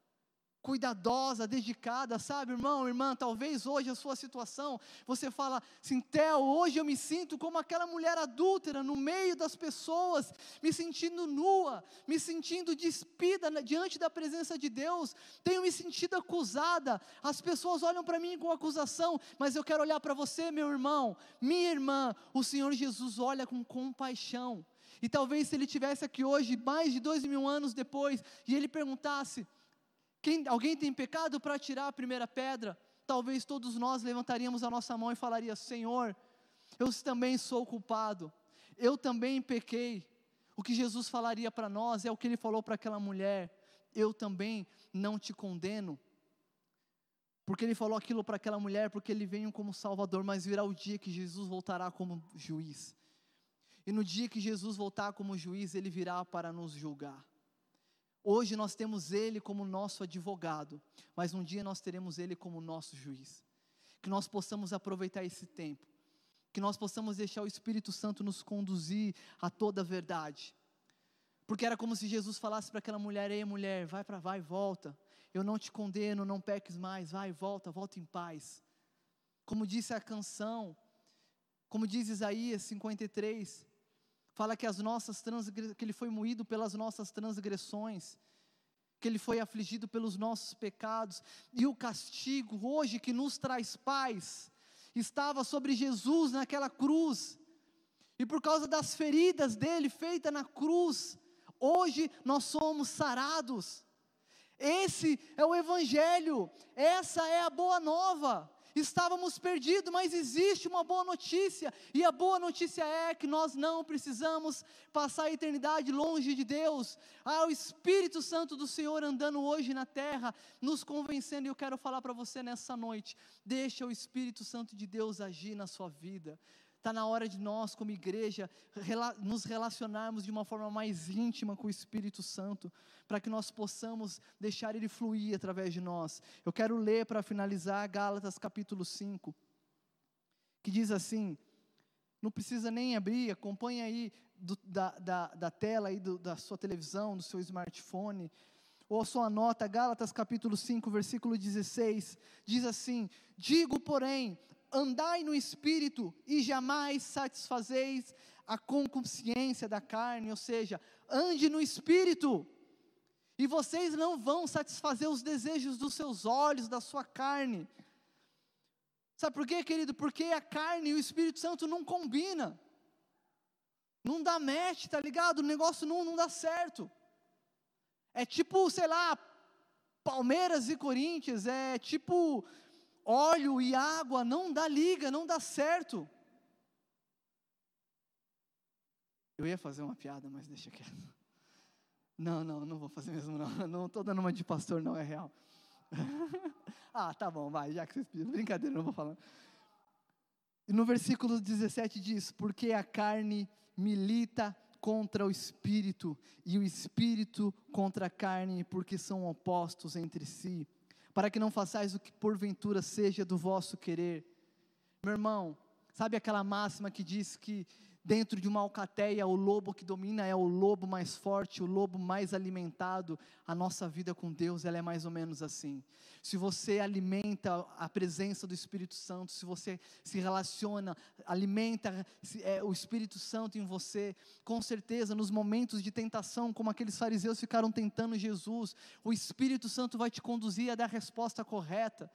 [SPEAKER 1] cuidadosa, dedicada, sabe, irmão, irmã, talvez hoje a sua situação, você fala assim, Theo, hoje eu me sinto como aquela mulher adúltera, no meio das pessoas, me sentindo nua, me sentindo despida diante da presença de Deus, tenho me sentido acusada, as pessoas olham para mim com acusação, mas eu quero olhar para você, meu irmão, minha irmã, o Senhor Jesus olha com compaixão, e talvez se Ele estivesse aqui hoje, mais de 2000 anos depois, e Ele perguntasse, alguém tem pecado para tirar a primeira pedra? Talvez todos nós levantaríamos a nossa mão e falaria, Senhor, eu também sou culpado, eu também pequei. O que Jesus falaria para nós é o que Ele falou para aquela mulher, eu também não te condeno. Porque Ele falou aquilo para aquela mulher, porque Ele veio como Salvador, mas virá o dia que Jesus voltará como juiz. E no dia que Jesus voltar como juiz, Ele virá para nos julgar. Hoje nós temos Ele como nosso advogado, mas um dia nós teremos Ele como nosso juiz. Que nós possamos aproveitar esse tempo, que nós possamos deixar o Espírito Santo nos conduzir a toda a verdade, porque era como se Jesus falasse para aquela mulher: ei mulher, vai, volta, eu não te condeno, não peques mais, vai, volta em paz. Como disse a canção, como diz Isaías 53, fala que que Ele foi moído pelas nossas transgressões, que Ele foi afligido pelos nossos pecados, e o castigo hoje que nos traz paz, estava sobre Jesus naquela cruz, e por causa das feridas dele, feitas na cruz, hoje nós somos sarados. Esse é o Evangelho, essa é a boa nova. Estávamos perdidos, mas existe uma boa notícia, e a boa notícia é que nós não precisamos passar a eternidade longe de Deus. Há o Espírito Santo do Senhor andando hoje na terra, nos convencendo, e eu quero falar para você nessa noite: deixa o Espírito Santo de Deus agir na sua vida. Está na hora de nós, como igreja, nos relacionarmos de uma forma mais íntima com o Espírito Santo, para que nós possamos deixar Ele fluir através de nós. Eu quero ler para finalizar Gálatas capítulo 5, que diz assim, não precisa nem abrir, acompanha aí da tela aí da sua televisão, do seu smartphone, ou a sua nota. Gálatas capítulo 5, versículo 16, diz assim: digo, porém, andai no Espírito, e jamais satisfazeis a concupiscência da carne. Ou seja, ande no Espírito, e vocês não vão satisfazer os desejos dos seus olhos, da sua carne. Sabe por quê, querido? Porque a carne e o Espírito Santo não combinam, não dá match, tá ligado? O negócio não dá certo. É tipo, sei lá, Palmeiras e Corinthians, é tipo óleo e água, não dá liga, não dá certo. Eu ia fazer uma piada, mas deixa quieto. Não vou fazer mesmo não. Não estou dando uma de pastor, não, é real. Ah, tá bom, vai, já que vocês pediram. Brincadeira, não vou falar. E no versículo 17 diz: porque a carne milita contra o Espírito, e o Espírito contra a carne, porque são opostos entre si, para que não façais o que porventura seja do vosso querer. Meu irmão, sabe aquela máxima que diz que dentro de uma alcateia, o lobo que domina é o lobo mais forte, o lobo mais alimentado? A nossa vida com Deus, ela é mais ou menos assim. Se você alimenta a presença do Espírito Santo, se você se relaciona, alimenta o Espírito Santo em você, com certeza nos momentos de tentação, como aqueles fariseus ficaram tentando Jesus, o Espírito Santo vai te conduzir a dar a resposta correta.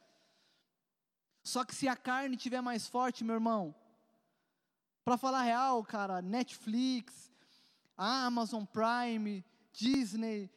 [SPEAKER 1] Só que se a carne estiver mais forte, meu irmão, para falar real, cara, Netflix, Amazon Prime, Disney,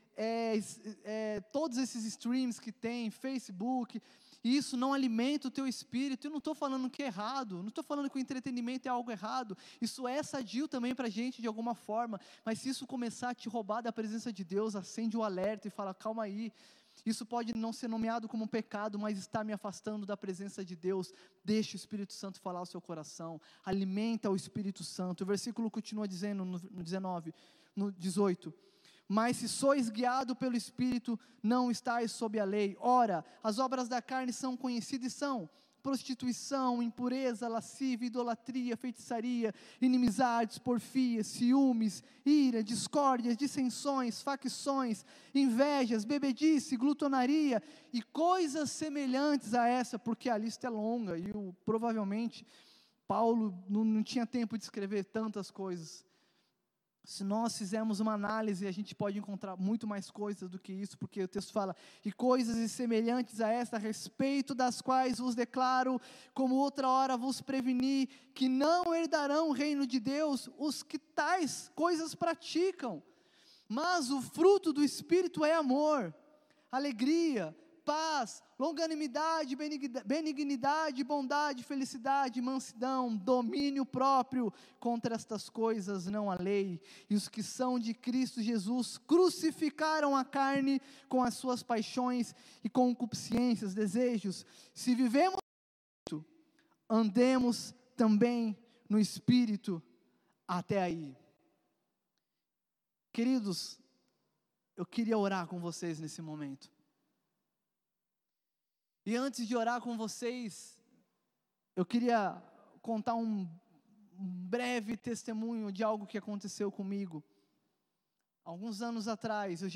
[SPEAKER 1] todos esses streams que tem, Facebook, isso não alimenta o teu espírito. Eu não estou falando que é errado, não estou falando que o entretenimento é algo errado, isso é sadio também para a gente de alguma forma, mas se isso começar a te roubar da presença de Deus, acende o alerta e fala: calma aí, isso pode não ser nomeado como um pecado, mas está me afastando da presença de Deus. Deixa o Espírito Santo falar ao seu coração, alimenta o Espírito Santo. O versículo continua dizendo no 19, no 18: mas se sois guiado pelo Espírito, não estáis sob a lei. Ora, as obras da carne são conhecidas e são: prostituição, impureza, lascívia, idolatria, feitiçaria, inimizades, porfias, ciúmes, ira, discórdias, dissensões, facções, invejas, bebedice, glutonaria e coisas semelhantes a essa, porque a lista é longa e provavelmente Paulo não tinha tempo de escrever tantas coisas. Se nós fizermos uma análise, a gente pode encontrar muito mais coisas do que isso, porque o texto fala: e coisas semelhantes a esta, a respeito das quais vos declaro, como outra hora vos preveni, que não herdarão o reino de Deus os que tais coisas praticam. Mas o fruto do Espírito é amor, alegria, paz, longanimidade, benignidade, bondade, felicidade, mansidão, domínio próprio. Contra estas coisas não há lei. E os que são de Cristo Jesus crucificaram a carne com as suas paixões e concupiscências, desejos. Se vivemos no Espírito, andemos também no Espírito. Até aí. Queridos, eu queria orar com vocês nesse momento. E antes de orar com vocês, eu queria contar breve testemunho de algo que aconteceu comigo. Alguns anos atrás, eu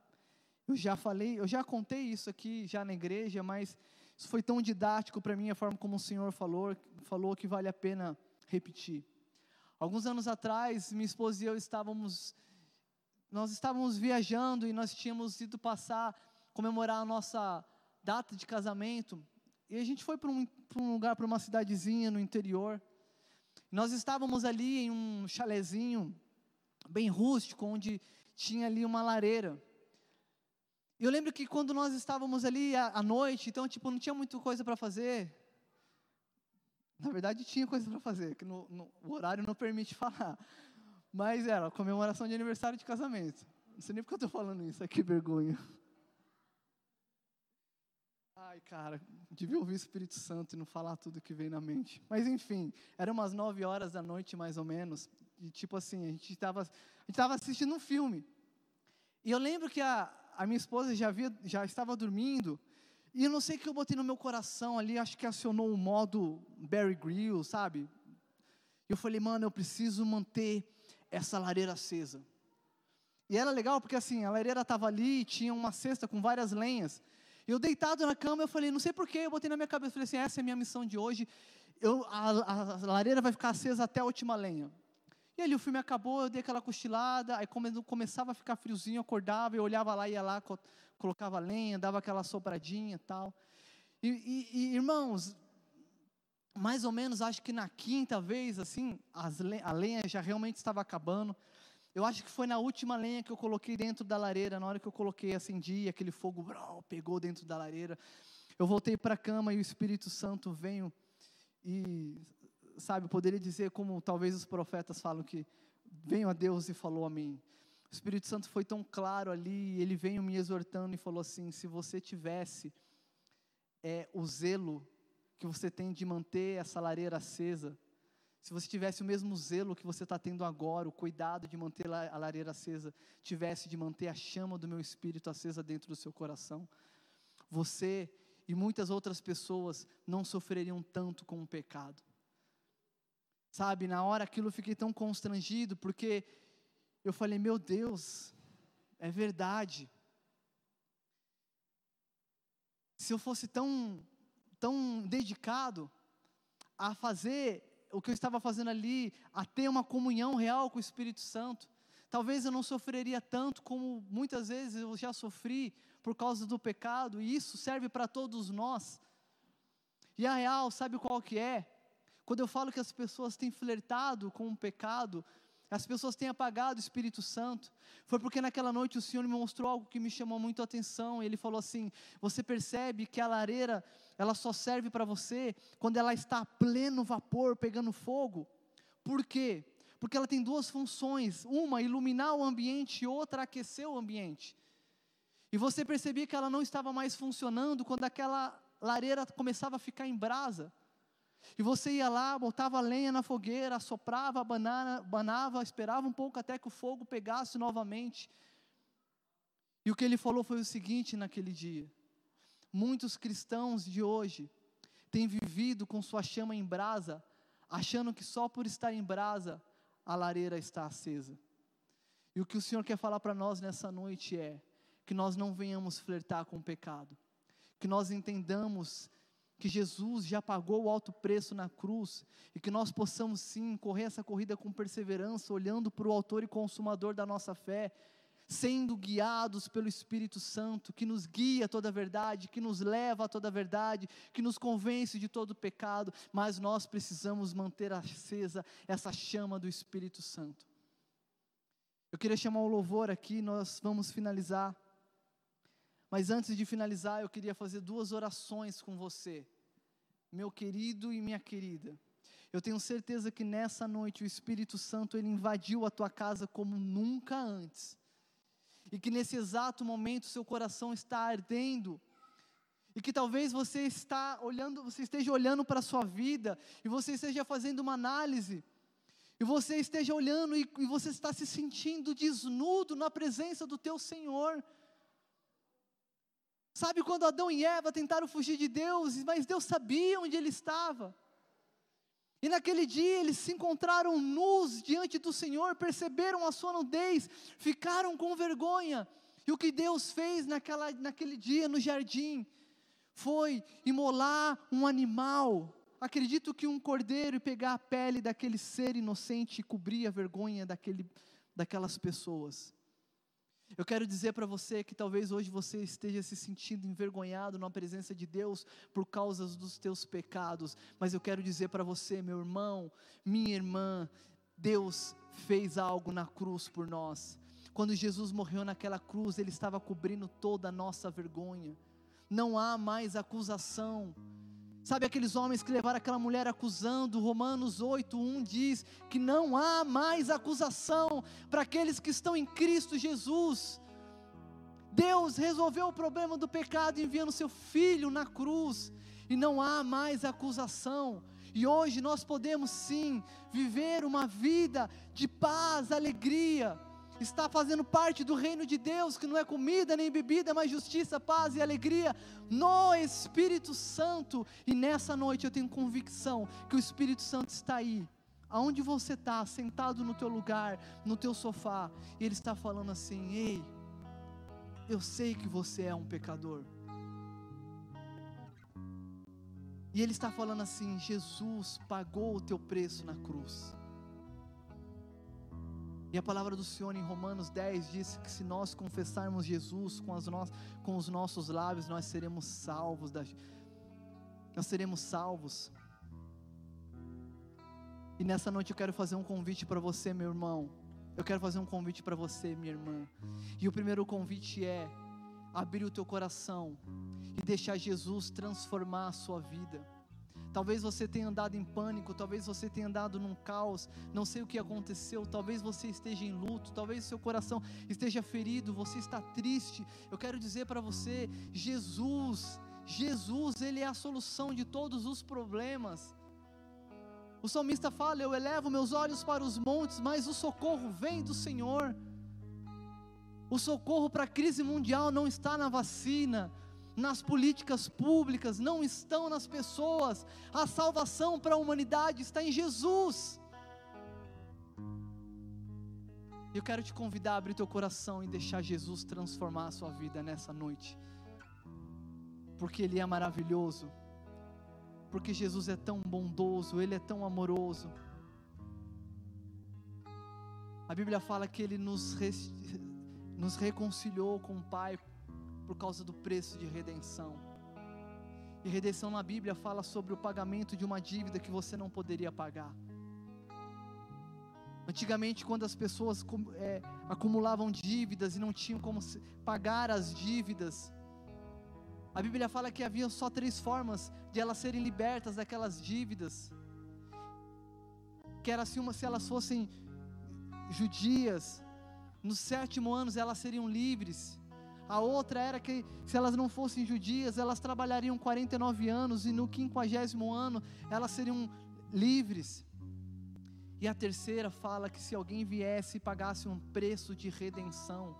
[SPEAKER 1] já contei isso aqui já na igreja, mas isso foi tão didático para mim, a forma como o Senhor falou que vale a pena repetir. Alguns anos atrás, minha esposa e eu nós estávamos viajando e nós tínhamos ido comemorar a nossa data de casamento, e a gente foi para um lugar, para uma cidadezinha no interior. Nós estávamos ali em um chalezinho bem rústico, onde tinha ali uma lareira. E eu lembro que quando nós estávamos ali à noite, então não tinha muita coisa para fazer. Na verdade tinha coisa para fazer, que o horário não permite falar. Mas era a comemoração de aniversário de casamento. Não sei nem porque eu estou falando isso, que vergonha. Ai, cara, devia ouvir o Espírito Santo e não falar tudo que vem na mente. Mas enfim, eram umas 9 horas da noite mais ou menos. E a gente estava assistindo um filme. E eu lembro que a minha esposa já estava dormindo. E eu não sei o que eu botei no meu coração ali, acho que acionou o modo Bear Grylls, sabe? E eu falei, mano, eu preciso manter essa lareira acesa. E era legal porque assim, a lareira estava ali, tinha uma cesta com várias lenhas. Eu deitado na cama, eu falei, não sei porquê, eu botei na minha cabeça, falei assim, essa é a minha missão de hoje, a lareira vai ficar acesa até a última lenha. E ali o filme acabou, eu dei aquela cochilada, aí quando começava a ficar friozinho, eu acordava, eu olhava lá, ia lá, colocava lenha, dava aquela sopradinha e tal. E irmãos, mais ou menos, acho que na quinta vez, assim, a lenha já realmente estava acabando. Eu acho que foi na última lenha que eu coloquei dentro da lareira, na hora que eu coloquei, acendi, aquele fogo pegou dentro da lareira. Eu voltei para a cama e o Espírito Santo veio e, sabe, eu poderia dizer como talvez os profetas falam que veio a Deus e falou a mim. O Espírito Santo foi tão claro ali, ele veio me exortando e falou assim, se você tivesse o zelo que você tem de manter essa lareira acesa, se você tivesse o mesmo zelo que você está tendo agora, o cuidado de manter a lareira acesa, tivesse de manter a chama do meu Espírito acesa dentro do seu coração, você e muitas outras pessoas não sofreriam tanto com o pecado. Sabe, na hora aquilo eu fiquei tão constrangido, porque eu falei, meu Deus, é verdade. Se eu fosse tão dedicado a fazer o que eu estava fazendo ali, a ter uma comunhão real com o Espírito Santo, talvez eu não sofreria tanto como muitas vezes eu já sofri por causa do pecado, e isso serve para todos nós. E a real, sabe qual que é? Quando eu falo que as pessoas têm flertado com o pecado, as pessoas têm apagado o Espírito Santo, foi porque naquela noite o Senhor me mostrou algo que me chamou muito a atenção. Ele falou assim, você percebe que a lareira, ela só serve para você quando ela está a pleno vapor, pegando fogo. Por quê? Porque ela tem duas funções, uma iluminar o ambiente e outra aquecer o ambiente. E você percebia que ela não estava mais funcionando quando aquela lareira começava a ficar em brasa. E você ia lá, botava lenha na fogueira, assoprava, abanava, esperava um pouco até que o fogo pegasse novamente. E o que ele falou foi o seguinte naquele dia: muitos cristãos de hoje têm vivido com sua chama em brasa, achando que só por estar em brasa a lareira está acesa. E o que o Senhor quer falar para nós nessa noite é que nós não venhamos flertar com o pecado, que nós entendamos que Jesus já pagou o alto preço na cruz, e que nós possamos sim correr essa corrida com perseverança, olhando para o autor e consumador da nossa fé, sendo guiados pelo Espírito Santo, que nos guia a toda a verdade, que nos leva a toda a verdade, que nos convence de todo o pecado, mas nós precisamos manter acesa essa chama do Espírito Santo. Eu queria chamar o louvor aqui, nós vamos finalizar. Mas antes de finalizar, eu queria fazer 2 orações com você, meu querido e minha querida. Eu tenho certeza que nessa noite o Espírito Santo, ele invadiu a tua casa como nunca antes. E que nesse exato momento seu coração está ardendo. E que talvez você esteja olhando para a sua vida, e você esteja fazendo uma análise, e você esteja olhando e você está se sentindo desnudo na presença do teu Senhor. Sabe quando Adão e Eva tentaram fugir de Deus, mas Deus sabia onde ele estava. E naquele dia eles se encontraram nus diante do Senhor, perceberam a sua nudez, ficaram com vergonha. E o que Deus fez naquele dia no jardim foi imolar um animal. Acredito que um cordeiro, e pegar a pele daquele ser inocente e cobrir a vergonha daquelas pessoas. Eu quero dizer para você que talvez hoje você esteja se sentindo envergonhado na presença de Deus por causa dos teus pecados, mas eu quero dizer para você, meu irmão, minha irmã, Deus fez algo na cruz por nós. Quando Jesus morreu naquela cruz, Ele estava cobrindo toda a nossa vergonha. Não há mais acusação. Sabe aqueles homens que levaram aquela mulher acusando? Romanos 8:1 diz que não há mais acusação para aqueles que estão em Cristo Jesus. Deus resolveu o problema do pecado enviando seu Filho na cruz, e não há mais acusação. E hoje nós podemos sim viver uma vida de paz, alegria, está fazendo parte do reino de Deus, que não é comida nem bebida, mas justiça, paz e alegria no Espírito Santo. E nessa noite eu tenho convicção que o Espírito Santo está aí, aonde você está, sentado no teu lugar, no teu sofá, e Ele está falando assim: ei, eu sei que você é um pecador. E Ele está falando assim: Jesus pagou o teu preço na cruz. E a palavra do Senhor em Romanos 10 diz que se nós confessarmos Jesus com os nossos lábios, nós seremos salvos. Nós seremos salvos. E nessa noite eu quero fazer um convite para você, meu irmão. Eu quero fazer um convite para você, minha irmã. E o primeiro convite é abrir o teu coração e deixar Jesus transformar a sua vida. Talvez você tenha andado em pânico, talvez você tenha andado num caos, não sei o que aconteceu, talvez você esteja em luto, talvez seu coração esteja ferido, você está triste. Eu quero dizer para você, Jesus, Ele é a solução de todos os problemas. O salmista fala: eu elevo meus olhos para os montes, mas o socorro vem do Senhor. O socorro para a crise mundial não está na vacina, nas políticas públicas, não estão nas pessoas. A salvação para a humanidade está em Jesus. Eu quero te convidar a abrir teu coração e deixar Jesus transformar a sua vida nessa noite, porque Ele é maravilhoso, porque Jesus é tão bondoso, Ele é tão amoroso. A Bíblia fala que Ele nos reconciliou com o Pai por causa do preço de redenção. E redenção na Bíblia fala sobre o pagamento de uma dívida que você não poderia pagar. Antigamente, quando as pessoas acumulavam dívidas e não tinham como pagar as dívidas, a Bíblia fala que havia só 3 formas de elas serem libertas daquelas dívidas. Que era assim, se elas fossem judias, no 7º ano elas seriam livres. A outra era que, se elas não fossem judias, elas trabalhariam 49 anos, e no 50º ano, elas seriam livres. E a terceira fala que se alguém viesse e pagasse um preço de redenção,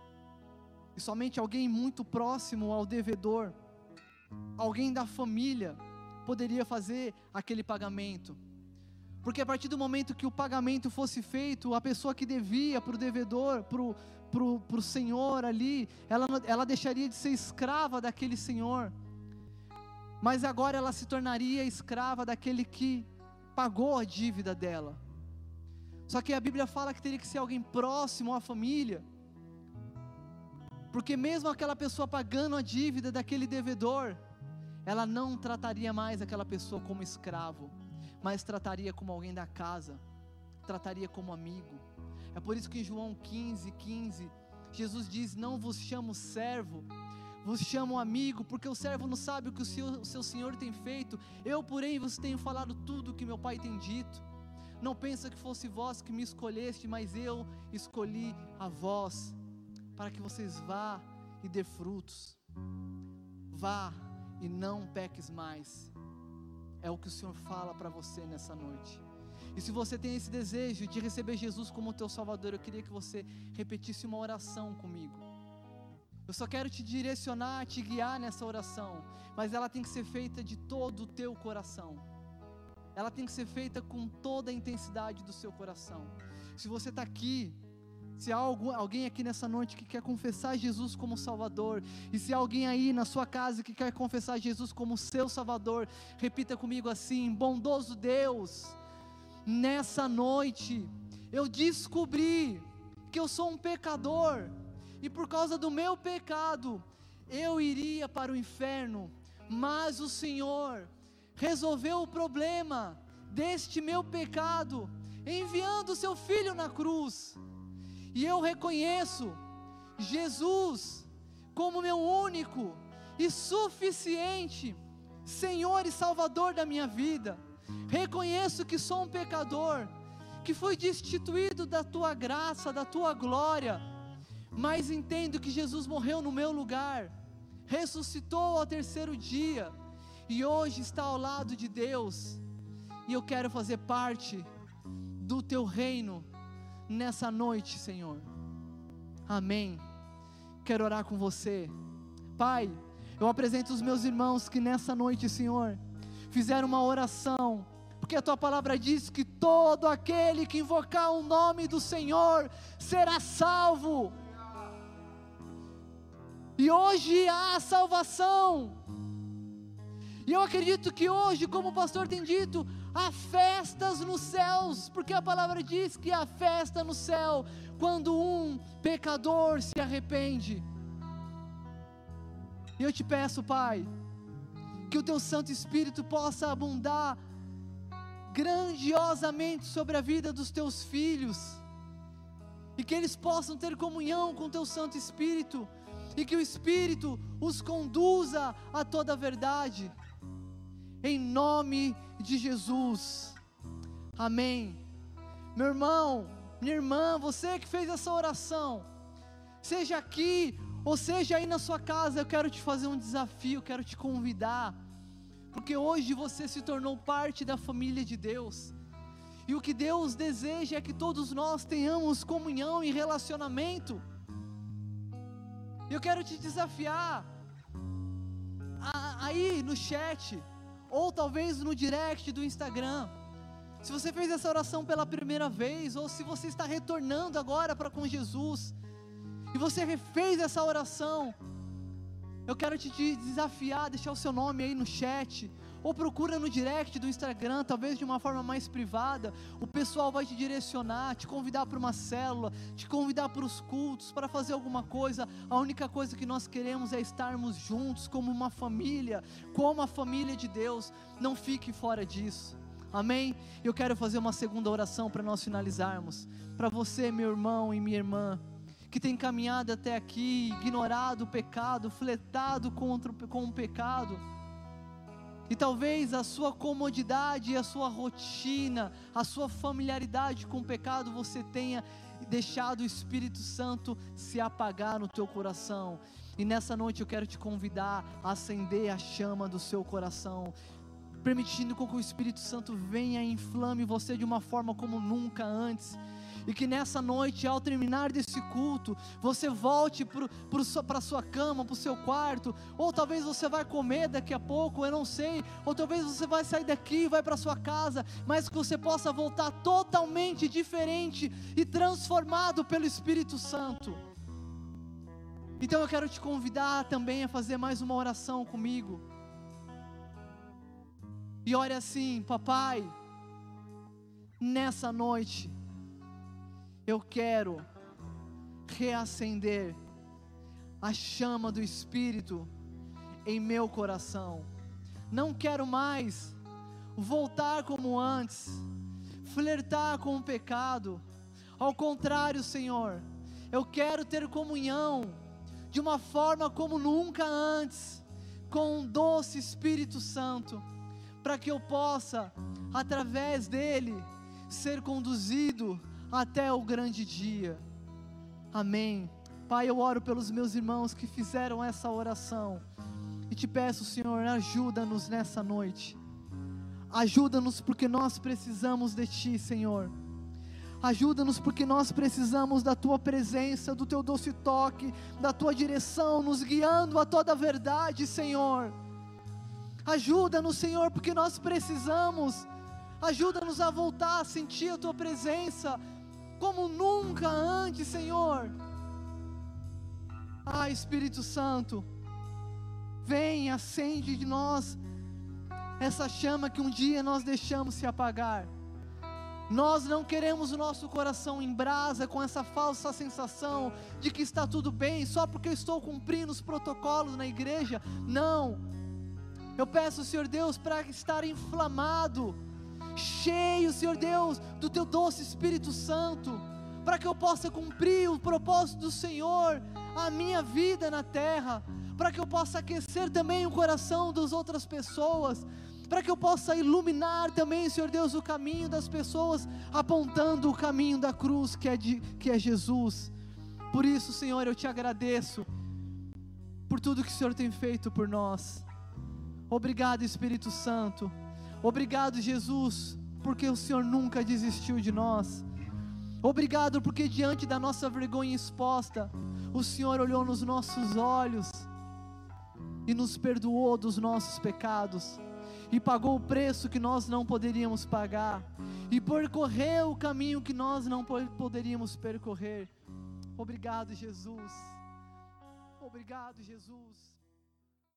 [SPEAKER 1] e somente alguém muito próximo ao devedor, alguém da família, poderia fazer aquele pagamento. Porque a partir do momento que o pagamento fosse feito, a pessoa que devia para o devedor, para o senhor ali, ela deixaria de ser escrava daquele senhor, mas agora ela se tornaria escrava daquele que pagou a dívida dela. Só que a Bíblia fala que teria que ser alguém próximo à família, porque mesmo aquela pessoa pagando a dívida daquele devedor, ela não trataria mais aquela pessoa como escravo, mas trataria como alguém da casa, trataria como amigo. É por isso que em João 15:15, Jesus diz: não vos chamo servo, vos chamo amigo, porque o servo não sabe o que o seu Senhor tem feito, eu porém vos tenho falado tudo o que meu Pai tem dito. Não pensa que fosse vós que me escolheste, mas eu escolhi a vós, para que vocês vá e dê frutos, vá e não peques mais. É o que o Senhor fala para você nessa noite. E se você tem esse desejo de receber Jesus como teu Salvador, eu queria que você repetisse uma oração comigo. Eu só quero te direcionar, te guiar nessa oração, mas ela tem que ser feita de todo o teu coração. ela tem que ser feita com toda a intensidade do seu coração. Se você está aqui, se há alguém aqui nessa noite que quer confessar Jesus como Salvador, e se há alguém aí na sua casa que quer confessar Jesus como seu Salvador, repita comigo assim: bondoso Deus, nessa noite eu descobri que eu sou um pecador, e por causa do meu pecado eu iria para o inferno, mas o Senhor resolveu o problema deste meu pecado, enviando o seu Filho na cruz, e eu reconheço Jesus como meu único e suficiente Senhor e Salvador da minha vida. Reconheço que sou um pecador, que fui destituído da tua graça, da tua glória, mas entendo que Jesus morreu no meu lugar, ressuscitou ao terceiro dia, e hoje está ao lado de Deus, e eu quero fazer parte do teu reino nessa noite, Senhor. Amém. Quero orar com você. Pai, eu apresento os meus irmãos que nessa noite, Senhor, fizeram uma oração, porque a tua palavra diz que todo aquele que invocar o nome do Senhor será salvo, e hoje há salvação. E eu acredito que hoje, como o pastor tem dito, há festas nos céus, porque a palavra diz que há festa no céu, quando um pecador se arrepende. E eu te peço, Pai, que o teu Santo Espírito possa abundar grandiosamente sobre a vida dos teus filhos, e que eles possam ter comunhão com o teu Santo Espírito, e que o Espírito os conduza a toda a verdade, em nome de Jesus, amém. Meu irmão, minha irmã, você que fez essa oração, seja aqui, ou seja aí na sua casa, eu quero te fazer um desafio, quero te convidar, porque hoje você se tornou parte da família de Deus, e o que Deus deseja é que todos nós tenhamos comunhão e relacionamento. Eu quero te desafiar aí no chat, ou talvez no direct do Instagram, se você fez essa oração pela primeira vez, ou se você está retornando agora para com Jesus, e você refez essa oração, eu quero te desafiar, deixar o seu nome aí no chat, ou procura no direct do Instagram, talvez de uma forma mais privada, o pessoal vai te direcionar, te convidar para uma célula, te convidar para os cultos, para fazer alguma coisa. A única coisa que nós queremos é estarmos juntos como uma família, como a família de Deus. Não fique fora disso, amém? Eu quero fazer uma segunda oração para nós finalizarmos, para você, meu irmão e minha irmã, que tem caminhado até aqui, ignorado o pecado, flertado com o pecado, e talvez a sua comodidade, a sua rotina, a sua familiaridade com o pecado, você tenha deixado o Espírito Santo se apagar no teu coração, e nessa noite eu quero te convidar a acender a chama do seu coração, permitindo com que o Espírito Santo venha e inflame você de uma forma como nunca antes, e que nessa noite, ao terminar desse culto, você volte para a sua cama, para o seu quarto, ou talvez você vai comer daqui a pouco, eu não sei, ou talvez você vai sair daqui e vai para a sua casa, mas que você possa voltar totalmente diferente e transformado pelo Espírito Santo. Então eu quero te convidar também a fazer mais uma oração comigo, e ore assim: papai, nessa noite, eu quero reacender a chama do Espírito em meu coração. Não quero mais voltar como antes, flertar com o pecado. Ao contrário, Senhor, eu quero ter comunhão de uma forma como nunca antes, com um doce Espírito Santo, para que eu possa, através dele, ser conduzido até o grande dia. Amém. Pai, eu oro pelos meus irmãos que fizeram essa oração, e te peço, Senhor, ajuda-nos nessa noite, ajuda-nos porque nós precisamos de Ti, Senhor, ajuda-nos porque nós precisamos da Tua presença, do Teu doce toque, da Tua direção, nos guiando a toda a verdade, Senhor. Ajuda-nos, Senhor, porque nós precisamos Ajuda-nos a voltar a sentir a Tua presença como nunca antes, Senhor. Espírito Santo, vem, acende de nós essa chama que um dia nós deixamos se apagar. Nós não queremos o nosso coração em brasa com essa falsa sensação de que está tudo bem só porque eu estou cumprindo os protocolos na igreja. Não, eu peço, Senhor Deus, para estar inflamado, cheio, Senhor Deus, do Teu doce Espírito Santo, para que eu possa cumprir o propósito do Senhor, a minha vida na terra, para que eu possa aquecer também o coração das outras pessoas, para que eu possa iluminar também, Senhor Deus, o caminho das pessoas, apontando o caminho da cruz, que é Jesus. Por isso, Senhor, eu Te agradeço, por tudo que o Senhor tem feito por nós. Obrigado, Espírito Santo. Obrigado, Jesus, porque o Senhor nunca desistiu de nós. Obrigado porque diante da nossa vergonha exposta, o Senhor olhou nos nossos olhos e nos perdoou dos nossos pecados, e pagou o preço que nós não poderíamos pagar, e percorreu o caminho que nós não poderíamos percorrer. Obrigado, Jesus. Obrigado, Jesus.